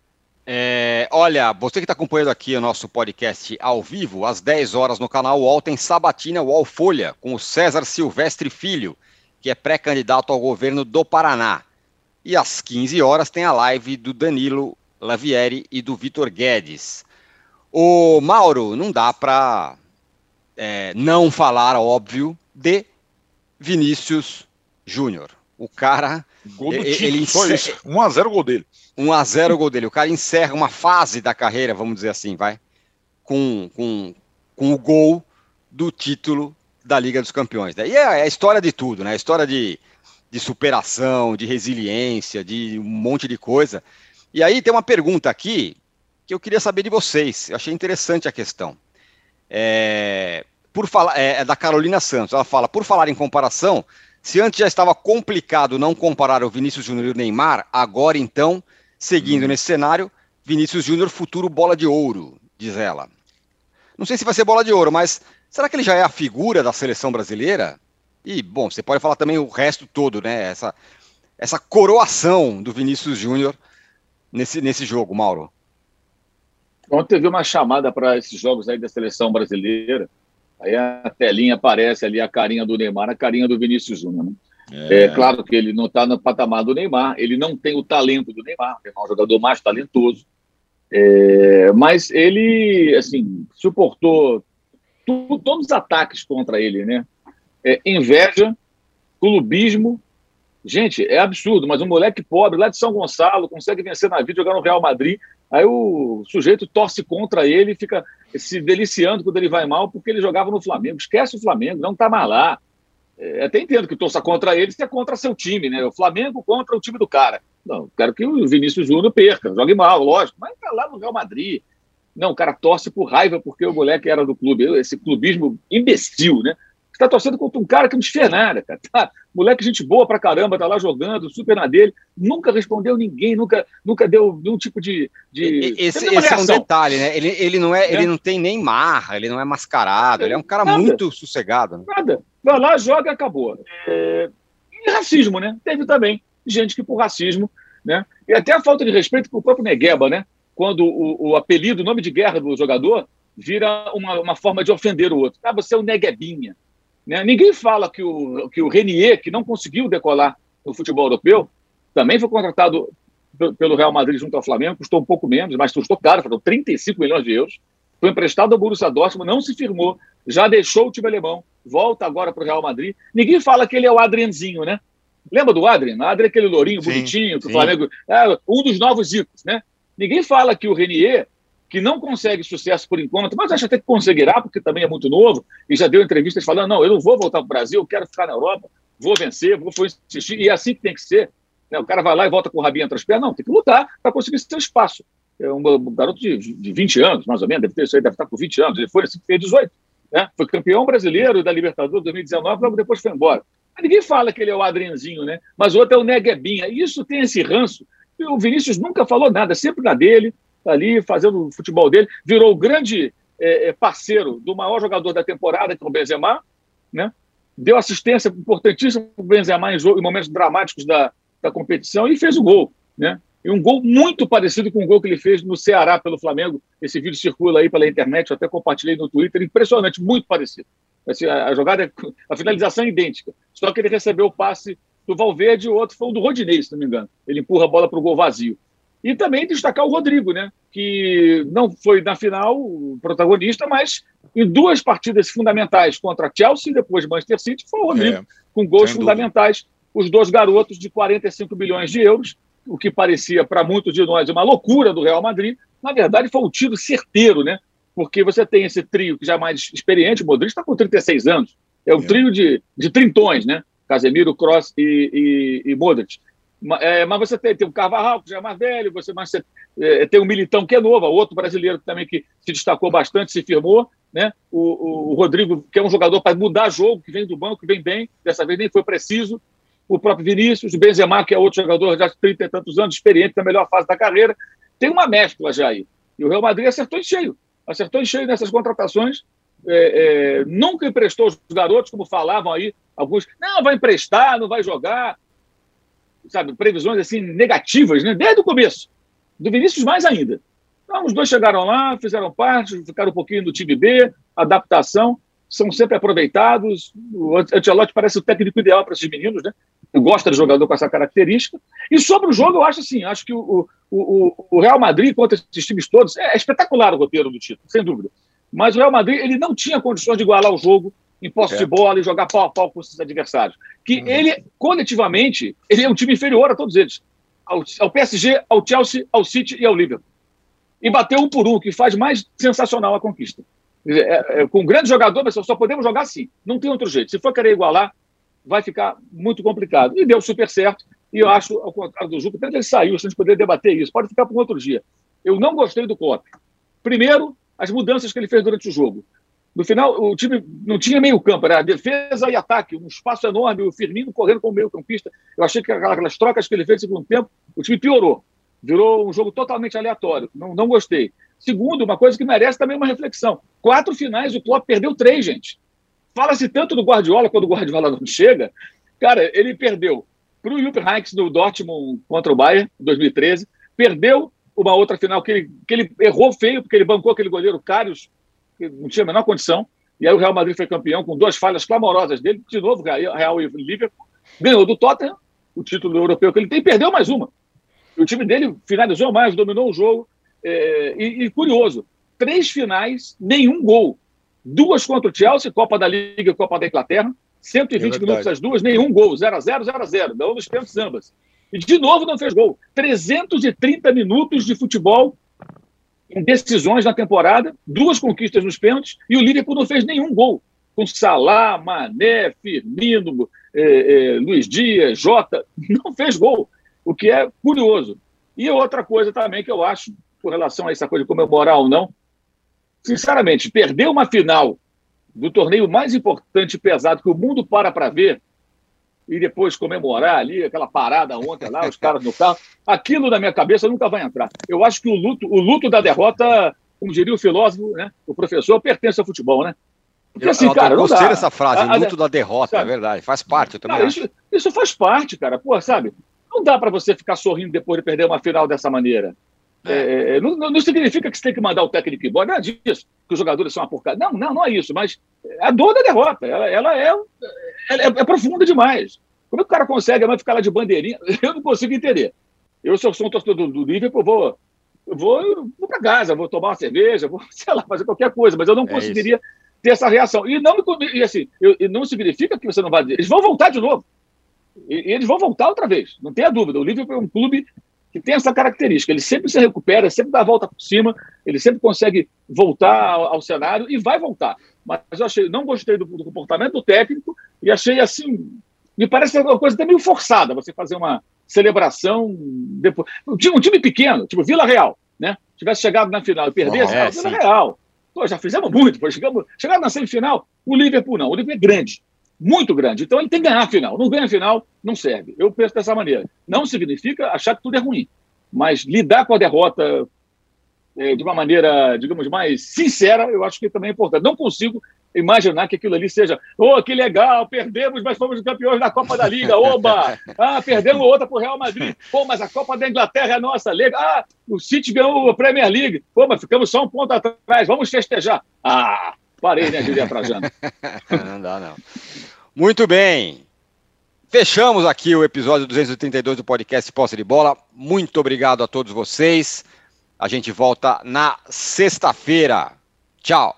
É, olha, você que está acompanhando aqui o nosso podcast ao vivo, às dez horas no canal U O L tem Sabatina U O L Folha, com o César Silvestre Filho, que é pré-candidato ao governo do Paraná. E às quinze horas tem a live do Danilo Lavieri e do Vitor Guedes. Ô, Mauro, não dá para é, não falar, óbvio, de Vinícius Júnior. O cara... Gol do ele, time, ele só encerra... isso. um a zero o gol dele. um a zero o gol dele. O cara encerra uma fase da carreira, vamos dizer assim, vai, com, com, com o gol do título da Liga dos Campeões. Né? E é a história de tudo, né? A história de, de superação, de resiliência, de um monte de coisa. E aí tem uma pergunta aqui que eu queria saber de vocês. Eu achei interessante a questão. É, por falar, é, é da Carolina Santos. Ela fala, por falar em comparação, se antes já estava complicado não comparar o Vinícius Júnior e o Neymar, agora então, seguindo hum. nesse cenário, Vinícius Júnior futuro bola de ouro, diz ela. Não sei se vai ser bola de ouro, mas será que ele já é a figura da seleção brasileira? E, bom, você pode falar também o resto todo, né? Essa, essa coroação do Vinícius Júnior nesse, nesse jogo, Mauro. Ontem teve uma chamada para esses jogos aí da seleção brasileira. Aí a telinha aparece ali a carinha do Neymar, a carinha do Vinícius Júnior. Né? É. é claro que ele não está no patamar do Neymar, ele não tem o talento do Neymar, é um jogador mais talentoso. É, mas ele, assim, suportou tu, todos os ataques contra ele, né? É, inveja, clubismo. Gente, é absurdo, mas um moleque pobre lá de São Gonçalo consegue vencer na vida, jogar no Real Madrid. Aí o sujeito torce contra ele e fica se deliciando quando ele vai mal porque ele jogava no Flamengo. Esquece o Flamengo, não está mais lá. É, até entendo que torça contra ele se é contra seu time, né? O Flamengo contra o time do cara. Não, quero que o Vinícius Júnior perca, jogue mal, lógico, mas está lá no Real Madrid. Não, o cara torce por raiva porque o moleque era do clube. Esse clubismo imbecil, né? Você tá torcendo contra um cara que não te fez nada, cara. Tá, moleque, gente boa pra caramba, tá lá jogando, super na dele, nunca respondeu ninguém, nunca, nunca deu nenhum tipo de... de... Esse, esse é um detalhe, né? Ele, ele, não é, é. ele não tem nem marra, ele não é mascarado, ele é um cara nada, muito sossegado. Né? Nada. Vai lá, joga e acabou. É... E racismo, né? Teve também gente que por racismo, né? E até a falta de respeito com o próprio Negueba, né? Quando o, o apelido, o nome de guerra do jogador vira uma, uma forma de ofender o outro. Ah, você é o Neguebinha. Né? Ninguém fala que o, que o Renier, que não conseguiu decolar no futebol europeu, também foi contratado pelo Real Madrid junto ao Flamengo, custou um pouco menos, mas custou caro, custou trinta e cinco milhões de euros, foi emprestado ao Borussia Dortmund, não se firmou, já deixou o time alemão, volta agora para o Real Madrid. Ninguém fala que ele é o Adrianzinho, né? Lembra do Adrien? Adrien é aquele lourinho sim, bonitinho, que o Flamengo... É, um dos novos Zicos, né? Ninguém fala que o Renier, que não consegue sucesso por enquanto, mas acho até que conseguirá, porque também é muito novo, e já deu entrevistas falando, não, eu não vou voltar para o Brasil, eu quero ficar na Europa, vou vencer, vou insistir, e é assim que tem que ser. Né? O cara vai lá e volta com o rabinho entre as pernas, não, tem que lutar para conseguir seu espaço. É um, um garoto de, de vinte anos, mais ou menos, deve ter isso aí, deve estar com vinte anos, ele foi assim que fez dezoito, né? Foi campeão brasileiro da Libertadores dois mil e dezenove, logo depois foi embora. Mas ninguém fala que ele é o Adrianzinho, né? Mas o outro é o Neguebinha, e isso tem esse ranço. E o Vinícius nunca falou nada, sempre na dele, ali fazendo o futebol dele, virou o grande é, parceiro do maior jogador da temporada, que é o Benzema, né? Deu assistência importantíssima para o Benzema em, jogo, em momentos dramáticos da, da competição e fez o gol, né? E um gol muito parecido com o gol que ele fez no Ceará pelo Flamengo. Esse vídeo circula aí pela internet, eu até compartilhei no Twitter, impressionante, muito parecido. Assim, a, a jogada, a finalização é idêntica, só que ele recebeu o passe do Valverde e o outro foi o do Rodinei, se não me engano. Ele empurra a bola para o gol vazio. E também destacar o Rodrigo, né? Que não foi na final o protagonista, mas em duas partidas fundamentais contra Chelsea e depois Manchester City, foi o Rodrigo, é, com gols fundamentais. Dúvida. Os dois garotos de quarenta e cinco bilhões de euros, o que parecia para muitos de nós uma loucura do Real Madrid, na verdade foi um tiro certeiro, né? Porque você tem esse trio que já é mais experiente, o Modric está com trinta e seis anos, é um é. trio de, de trintões, né? Casemiro, Kroos e, e, e Modric. É, mas você tem, tem o Carvajal, que já é mais velho, você, mas você é, tem o Militão, que é novo, outro brasileiro também que se destacou bastante, se firmou, né? O, o, o Rodrigo, que é um jogador para mudar jogo, que vem do banco, que vem bem, dessa vez nem foi preciso. O próprio Vinícius, o Benzema, que é outro jogador já de trinta e tantos anos, experiente, na melhor fase da carreira. Tem uma mescla já aí. E o Real Madrid acertou em cheio. Acertou em cheio nessas contratações. É, é, nunca emprestou os garotos, como falavam aí, alguns, não, vai emprestar, não vai jogar. Sabe, previsões assim negativas, né? Desde o começo. Do Vinícius mais ainda. Então, os dois chegaram lá, fizeram parte, ficaram um pouquinho no time B, adaptação, são sempre aproveitados. O Ancelotti parece o técnico ideal para esses meninos, né? Gosta de jogador com essa característica. E sobre o jogo, eu acho assim, acho que o, o, o Real Madrid contra esses times todos, é espetacular o roteiro do título, sem dúvida. Mas o Real Madrid, ele não tinha condições de igualar o jogo em posse é. de bola e jogar pau a pau com esses adversários. Que uhum. ele, coletivamente, ele é um time inferior a todos eles. Ao, ao P S G, ao Chelsea, ao City e ao Liverpool. E bateu um por um, que faz mais sensacional a conquista. É, é, com um grande jogador, mas só podemos jogar assim. Não tem outro jeito. Se for querer igualar, vai ficar muito complicado. E deu super certo. E eu acho, ao contrário do Juca, até que ele saiu, se a gente poder debater isso. Pode ficar para um outro dia. Eu não gostei do Klopp. Primeiro, as mudanças que ele fez durante o jogo. No final, o time não tinha meio campo, era defesa e ataque, um espaço enorme, o Firmino correndo como meio campista. Eu achei que aquelas trocas que ele fez no segundo tempo, o time piorou. Virou um jogo totalmente aleatório. Não, não gostei. Segundo, uma coisa que merece também uma reflexão. Quatro finais, o Klopp perdeu três, gente. Fala-se tanto do Guardiola, quando o Guardiola não chega. Cara, ele perdeu para o Jupp Heynckes no Dortmund contra o Bayern, em dois mil e treze. Perdeu uma outra final que ele, que ele errou feio, porque ele bancou aquele goleiro Karius, que não tinha a menor condição. E aí o Real Madrid foi campeão com duas falhas clamorosas dele. De novo, Real e Liverpool. Ganhou do Tottenham, o título europeu que ele tem, e perdeu mais uma. O time dele finalizou mais, dominou o jogo. É, e, e curioso, três finais, nenhum gol. Duas contra o Chelsea, Copa da Liga e Copa da Inglaterra. cento e vinte é minutos as duas, nenhum gol. zero a zero, zero a zero. Não nos pênaltis ambas. E de novo não fez gol. trezentos e trinta minutos de futebol em decisões na temporada, duas conquistas nos pênaltis, e o Liverpool não fez nenhum gol. Com Salah, Mané, Firmino, eh, eh, Luiz Dias, Jota, não fez gol. O que é curioso. E outra coisa também que eu acho, com relação a essa coisa de comemorar ou não, sinceramente, perder uma final do torneio mais importante e pesado que o mundo para para ver, e depois comemorar ali, aquela parada ontem lá, os caras no carro, aquilo na minha cabeça nunca vai entrar. Eu acho que o luto, o luto da derrota, como diria o filósofo, né, o professor, pertence ao futebol, né? Porque, assim, eu, eu cara, gostei dessa frase, a, o luto a, da derrota, sabe? É verdade, faz parte, eu também cara, acho. Isso, isso faz parte, cara, pô, sabe? Não dá para você ficar sorrindo depois de perder uma final dessa maneira. É. É, não, não significa que você tem que mandar o técnico embora, não é disso, que os jogadores são uma porcaria. Não, não, não é isso, mas a dor da derrota, ela, ela, é, ela é, é profunda demais. Como é que o cara consegue ficar lá de bandeirinha? Eu não consigo entender. Eu, se eu sou um torcedor do, do Liverpool, eu vou, eu vou, eu vou para casa, vou tomar uma cerveja, vou, sei lá, fazer qualquer coisa, mas eu não é conseguiria isso. ter essa reação. E não, e assim, eu, e não significa que você não vai... Eles vão voltar de novo. E, e eles vão voltar outra vez, não tenha dúvida. O Liverpool é um clube que tem essa característica. Ele sempre se recupera, sempre dá a volta por cima, ele sempre consegue voltar ao, ao cenário e vai voltar. Mas eu achei, não gostei do, do comportamento do técnico e achei assim... Me parece uma coisa até meio forçada você fazer uma celebração depois. Um time, um time pequeno, tipo Vila Real, né? Tivesse chegado na final e perdesse, oh, é, Vila Real. Pô, já fizemos muito, pô, chegamos, chegamos na semifinal. O Liverpool não, o Liverpool é grande, muito grande. Então ele tem que ganhar a final. Não ganha a final, não serve. Eu penso dessa maneira. Não significa achar que tudo é ruim, mas lidar com a derrota é, de uma maneira, digamos, mais sincera, eu acho que também é importante. Não consigo imaginar que aquilo ali seja, oh, que legal, perdemos, mas fomos campeões da Copa da Liga, oba! Ah, perdemos outra para o Real Madrid, pô, mas a Copa da Inglaterra é nossa, legal. Ah, o City ganhou a Premier League, pô, mas ficamos só um ponto atrás, vamos festejar. Ah, parei, né, Julia Trajano? Não dá, não. Muito bem. Fechamos aqui o episódio duzentos e trinta e dois do podcast Posse de Bola. Muito obrigado a todos vocês. A gente volta na sexta-feira. Tchau.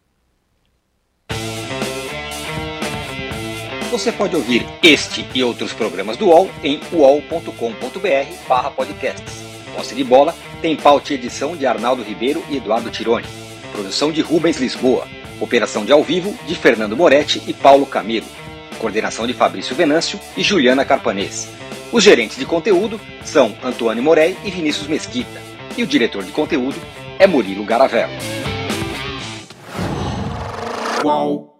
Você pode ouvir este e outros programas do U O L em uol ponto com ponto br barra podcasts. Posse de Bola tem pauta e edição de Arnaldo Ribeiro e Eduardo Tironi. Produção de Rubens Lisboa. Operação de ao vivo de Fernando Moretti e Paulo Camilo. Coordenação de Fabrício Venâncio e Juliana Carpanês. Os gerentes de conteúdo são Antônio Morei e Vinícius Mesquita. E o diretor de conteúdo é Murilo Garavello. Uau.